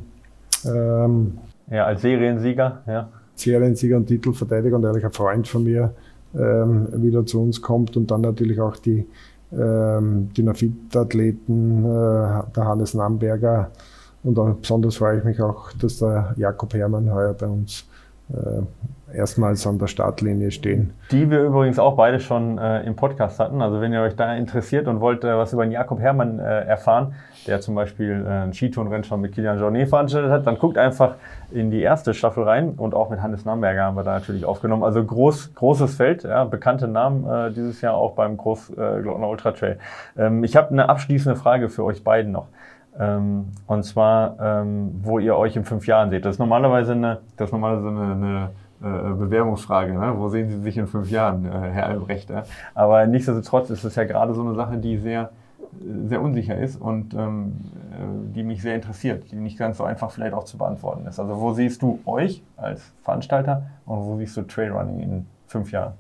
[SPEAKER 4] ähm,
[SPEAKER 2] ja, als Seriensieger, ja.
[SPEAKER 4] Seriensieger und Titelverteidiger und eigentlich ein Freund von mir, Ähm, wieder zu uns kommt und dann natürlich auch die ähm, Dynafit-Athleten, äh, der Hannes Namberger und auch besonders freue ich mich auch, dass der Jakob Herrmann heuer bei uns äh, erstmals an der Startlinie stehen.
[SPEAKER 2] Die wir übrigens auch beide schon äh, im Podcast hatten. Also wenn ihr euch da interessiert und wollt äh, was über den Jakob Herrmann äh, erfahren, der zum Beispiel äh, ein Skitourenrennen schon mit Kilian Jornet veranstaltet hat, dann guckt einfach in die erste Staffel rein und auch mit Hannes Namberger haben wir da natürlich aufgenommen. Also groß, großes Feld, ja, bekannte Namen äh, dieses Jahr auch beim Großglockner äh, Ultra Trail. Ähm, ich habe eine abschließende Frage für euch beiden noch. Ähm, und zwar, ähm, wo ihr euch in fünf Jahren seht. Das ist normalerweise eine, das ist normalerweise eine, eine äh, Bewerbungsfrage. Ne? Wo sehen Sie sich in fünf Jahren, äh, Herr Albrecht? Ja? Aber nichtsdestotrotz ist es ja gerade so eine Sache, die sehr, sehr unsicher ist und ähm, die mich sehr interessiert, die nicht ganz so einfach vielleicht auch zu beantworten ist. Also wo siehst du euch als Veranstalter und wo siehst du Trailrunning in fünf Jahren?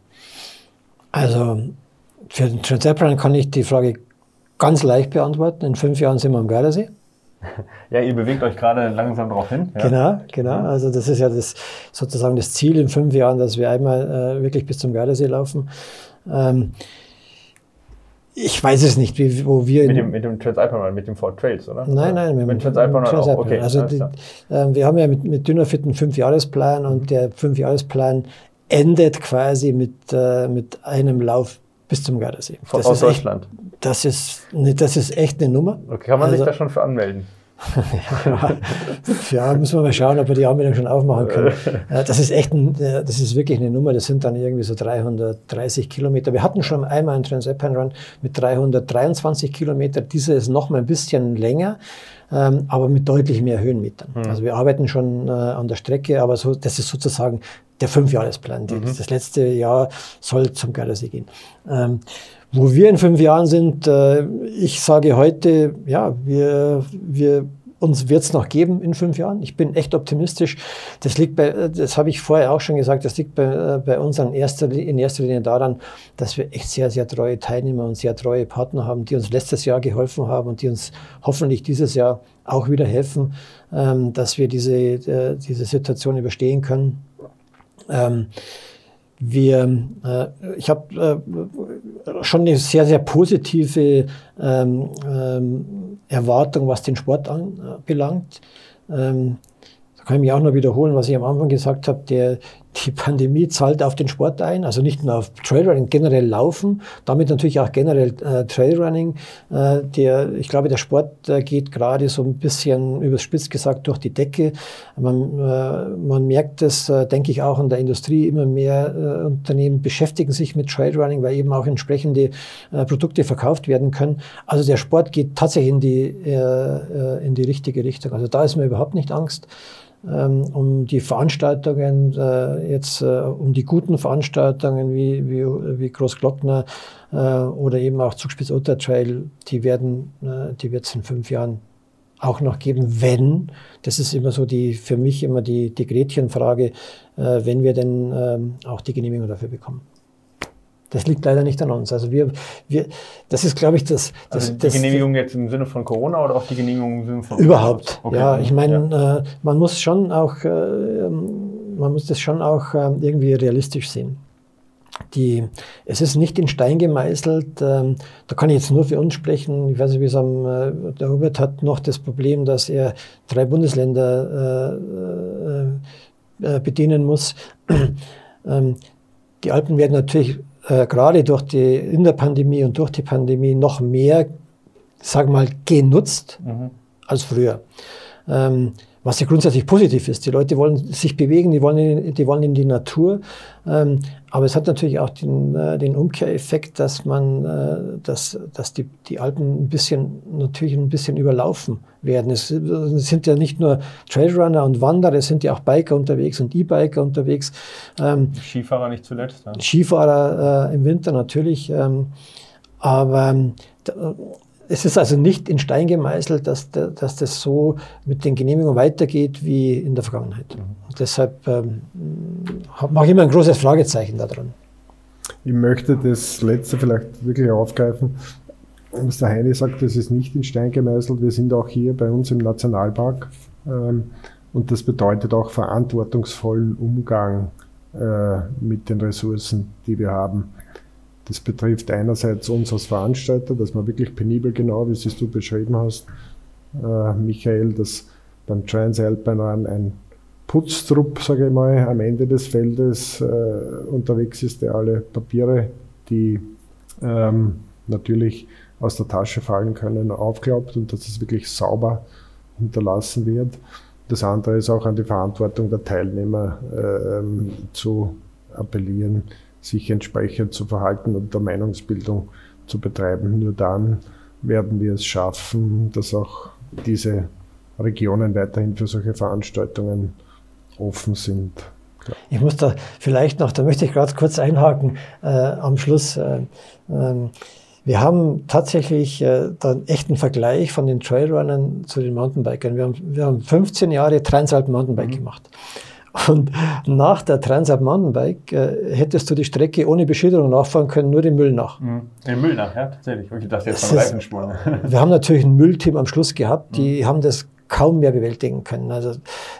[SPEAKER 3] Also für den Transalpine kann ich die Frage ganz leicht beantworten. In fünf Jahren sind wir am Gardasee.
[SPEAKER 2] Ja, ihr bewegt euch gerade langsam darauf hin. Ja.
[SPEAKER 3] Genau, genau. Also das ist ja das, sozusagen das Ziel in fünf Jahren, dass wir einmal äh, wirklich bis zum Gardasee laufen. Ähm, ich weiß es nicht, wie, wo wir...
[SPEAKER 2] Mit dem, mit dem Transalpine, mit dem Ford Trails, oder?
[SPEAKER 3] Nein, nein, mit,
[SPEAKER 2] mit dem Transalpine auch. Okay,
[SPEAKER 3] also die, äh, wir haben ja mit, mit Dynafit einen Fünfjahresplan und der Fünfjahresplan endet quasi mit, äh, mit einem Lauf bis zum Gardasee.
[SPEAKER 2] Von, aus Deutschland?
[SPEAKER 3] Echt, das, ist, das ist echt eine Nummer.
[SPEAKER 2] Okay, kann man
[SPEAKER 3] also,
[SPEAKER 2] sich da schon für anmelden?
[SPEAKER 3] ja, ja, müssen wir mal schauen, ob wir die Anmeldung schon aufmachen können. Das ist echt, ein, das ist wirklich eine Nummer, das sind dann irgendwie so dreihundertdreißig Kilometer. Wir hatten schon einmal einen Transalpine Run mit dreihundertdreiundzwanzig Kilometer, dieser ist noch mal ein bisschen länger, ähm, aber mit deutlich mehr Höhenmetern. Mhm. Also wir arbeiten schon äh, an der Strecke, aber so, das ist sozusagen der Fünfjahresplan. Mhm. Das letzte Jahr soll zum Gardasee gehen. Ähm, Wo wir in fünf Jahren sind, äh, ich sage heute, ja, wir, wir, uns wird es noch geben in fünf Jahren. Ich bin echt optimistisch. Das liegt bei, das habe ich vorher auch schon gesagt, das liegt bei, bei uns in erster, in erster Linie daran, dass wir echt sehr, sehr treue Teilnehmer und sehr treue Partner haben, die uns letztes Jahr geholfen haben und die uns hoffentlich dieses Jahr auch wieder helfen, ähm, dass wir diese, äh, diese Situation überstehen können. Ähm, Wir, äh, ich habe äh, schon eine sehr, sehr positive ähm, ähm, Erwartung, was den Sport anbelangt. Ähm, Da kann ich mich auch noch wiederholen, was ich am Anfang gesagt habe, der, die Pandemie zahlt auf den Sport ein, also nicht nur auf Trailrunning, generell Laufen, damit natürlich auch generell äh, Trailrunning. Äh, der, ich glaube, der Sport äh, geht gerade so ein bisschen, überspitzt gesagt, durch die Decke. Man, äh, man merkt es, äh, denke ich, auch in der Industrie, immer mehr äh, Unternehmen beschäftigen sich mit Trailrunning, weil eben auch entsprechende äh, Produkte verkauft werden können. Also der Sport geht tatsächlich in die, äh, in die richtige Richtung. Also da ist mir überhaupt nicht Angst. Um die Veranstaltungen, jetzt um die guten Veranstaltungen wie, wie, wie Großglockner oder eben auch Zugspitz Ultra Trail, die werden, die wird es in fünf Jahren auch noch geben, wenn, das ist immer so die, für mich immer die, die Gretchenfrage, wenn wir denn auch die Genehmigung dafür bekommen. Das liegt leider nicht an uns. Also wir, wir, das ist, glaube ich, das. das
[SPEAKER 2] also die
[SPEAKER 3] das,
[SPEAKER 2] Genehmigung jetzt im Sinne von Corona oder auch die Genehmigung im Sinne von
[SPEAKER 3] überhaupt. Okay. Ja, ich meine,
[SPEAKER 2] ja.
[SPEAKER 3] äh, man muss schon auch, äh, man muss das schon auch äh, irgendwie realistisch sehen. Die, es ist nicht in Stein gemeißelt. Ähm, da kann ich jetzt nur für uns sprechen. Ich weiß nicht, wie es am, äh, der Hubert hat noch das Problem, dass er drei Bundesländer äh, äh, bedienen muss. ähm, die Alpen werden natürlich Äh, gerade durch die, in der Pandemie und durch die Pandemie noch mehr, sag mal, genutzt mhm. als früher. Ähm, was ja grundsätzlich positiv ist. Die Leute wollen sich bewegen, die wollen in, die, wollen in die Natur. Ähm, aber es hat natürlich auch den, äh, den Umkehreffekt, dass man, äh, dass, dass die, die Alpen ein bisschen, natürlich ein bisschen überlaufen werden. Es, es sind ja nicht nur Trailrunner und Wanderer, es sind ja auch Biker unterwegs und E-Biker unterwegs. Ähm,
[SPEAKER 2] Skifahrer nicht zuletzt. Ja.
[SPEAKER 3] Skifahrer äh, im Winter natürlich. Ähm, aber äh, es ist also nicht in Stein gemeißelt, dass, dass das so mit den Genehmigungen weitergeht wie in der Vergangenheit. Mhm. Und deshalb ähm, mache ich immer ein großes Fragezeichen da dran.
[SPEAKER 4] Ich möchte das Letzte vielleicht wirklich aufgreifen. Was der Heini sagt, das ist nicht in Stein gemeißelt. Wir sind auch hier bei uns im Nationalpark. Ähm, und das bedeutet auch verantwortungsvollen Umgang äh, mit den Ressourcen, die wir haben. Das betrifft einerseits uns als Veranstalter, dass man wirklich penibel, genau wie es du beschrieben hast, äh, Michael, dass beim Transalpine Run ein Putztrupp, sage ich mal, am Ende des Feldes äh, unterwegs ist, der alle Papiere, die ähm, natürlich aus der Tasche fallen können, aufklappt und dass es wirklich sauber hinterlassen wird. Das andere ist auch an die Verantwortung der Teilnehmer äh, zu appellieren, sich entsprechend zu verhalten und der Meinungsbildung zu betreiben. Nur dann werden wir es schaffen, dass auch diese Regionen weiterhin für solche Veranstaltungen offen sind. Ja.
[SPEAKER 3] Ich muss da vielleicht noch, da möchte ich gerade kurz einhaken äh, am Schluss. Äh, äh, wir haben tatsächlich äh, da einen echten Vergleich von den Trailrunnern zu den Mountainbikern. Wir haben, wir haben fünfzehn Jahre Transalp Mountainbike mhm. gemacht. Und nach der Transalp Mountainbike äh, hättest du die Strecke ohne Beschilderung nachfahren können, nur den Müll nach.
[SPEAKER 2] Mhm. Den Müll nach, ja, tatsächlich. Ich dachte jetzt von Reifenspuren.
[SPEAKER 3] Wir haben natürlich ein Müllteam am Schluss gehabt, die mhm. haben das kaum mehr bewältigen können. Also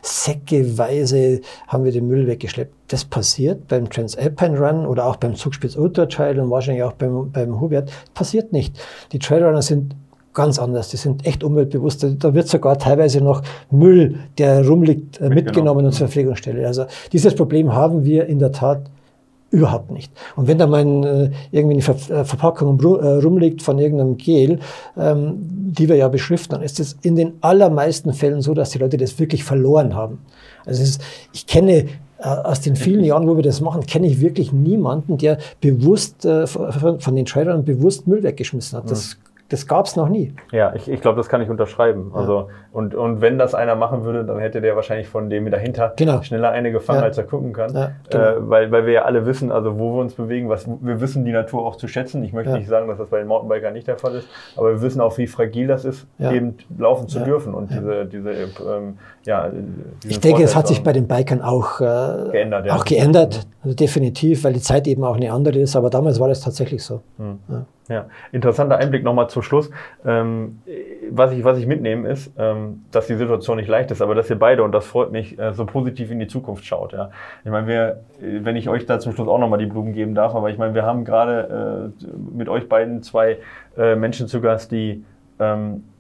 [SPEAKER 3] säckeweise haben wir den Müll weggeschleppt. Das passiert beim Transalpine Run oder auch beim Zugspitz Ultra Trail und wahrscheinlich auch beim, beim Hubert. Passiert nicht. Die Trailrunner sind ganz anders. Die sind echt umweltbewusst. Da wird sogar teilweise noch Müll, der rumliegt, mitgenommen, mitgenommen und zur Verpflegungsstelle. Also dieses Problem haben wir in der Tat überhaupt nicht. Und wenn da mal äh, irgendwie eine Ver- Verpackung rumliegt von irgendeinem Gel, ähm, die wir ja beschriften, dann ist es in den allermeisten Fällen so, dass die Leute das wirklich verloren haben. Also es ist, ich kenne äh, aus den vielen Jahren, wo wir das machen, kenne ich wirklich niemanden, der bewusst äh, von, von den Trailern bewusst Müll weggeschmissen hat. Das Das gab es noch nie.
[SPEAKER 2] Ja, ich, ich glaube, das kann ich unterschreiben. Ja. Also und, und wenn das einer machen würde, dann hätte der wahrscheinlich von dem dahinter genau. schneller eine gefangen, ja. als er gucken kann. Ja, genau. äh, weil, weil wir ja alle wissen, also wo wir uns bewegen, was wir wissen die Natur auch zu schätzen. Ich möchte ja. nicht sagen, dass das bei den Mountainbikern nicht der Fall ist, aber wir wissen auch, wie fragil das ist, ja. eben laufen zu ja. dürfen. Und ja. diese, diese ähm, ja,
[SPEAKER 3] ich denke, es hat sich bei den Bikern auch äh, geändert. Ja. Auch geändert, also definitiv, weil die Zeit eben auch eine andere ist. Aber damals war das tatsächlich so.
[SPEAKER 2] Hm. Ja. Ja, interessanter Einblick nochmal zum Schluss. Ähm, was ich, was ich mitnehme ist, ähm, dass die Situation nicht leicht ist, aber dass ihr beide, und das freut mich, äh, so positiv in die Zukunft schaut. Ja. Ich meine, wir, wenn ich euch da zum Schluss auch nochmal die Blumen geben darf, aber ich meine, wir haben gerade äh, mit euch beiden zwei äh, Menschen zu Gast, die ähm,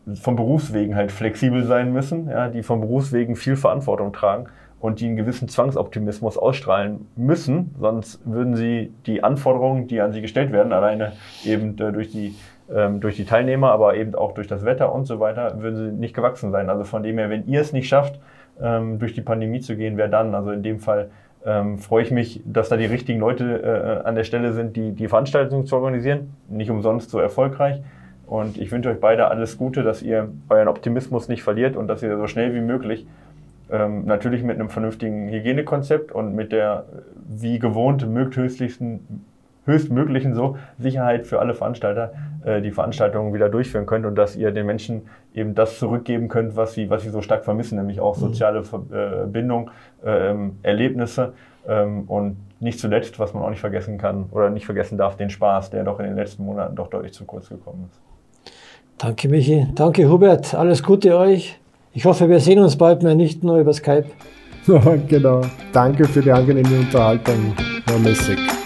[SPEAKER 2] vom Berufswegen halt flexibel sein müssen, ja, die vom Berufswegen viel Verantwortung tragen und die einen gewissen Zwangsoptimismus ausstrahlen müssen, sonst würden sie die Anforderungen, die an sie gestellt werden, alleine eben äh, durch die ähm, durch die Teilnehmer, aber eben auch durch das Wetter und so weiter, würden sie nicht gewachsen sein. Also von dem her, wenn ihr es nicht schafft, ähm, durch die Pandemie zu gehen, wer dann? Also in dem Fall ähm, freue ich mich, dass da die richtigen Leute äh, an der Stelle sind, die die Veranstaltung zu organisieren. Nicht umsonst so erfolgreich. Und ich wünsche euch beide alles Gute, dass ihr euren Optimismus nicht verliert und dass ihr so schnell wie möglich, ähm, natürlich mit einem vernünftigen Hygienekonzept und mit der wie gewohnt möglichsten, höchstmöglichen so Sicherheit für alle Veranstalter äh, die Veranstaltungen wieder durchführen könnt und dass ihr den Menschen eben das zurückgeben könnt, was sie, was sie so stark vermissen, nämlich auch soziale äh, Bindung, äh, Erlebnisse ähm, und nicht zuletzt, was man auch nicht vergessen kann oder nicht vergessen darf, den Spaß, der doch in den letzten Monaten doch deutlich zu kurz gekommen ist. Danke, Michi. Danke, Hubert. Alles Gute euch. Ich hoffe, wir sehen uns bald mehr, nicht nur über Skype.
[SPEAKER 4] Genau. Danke für die angenehme Unterhaltung, Herr Messig.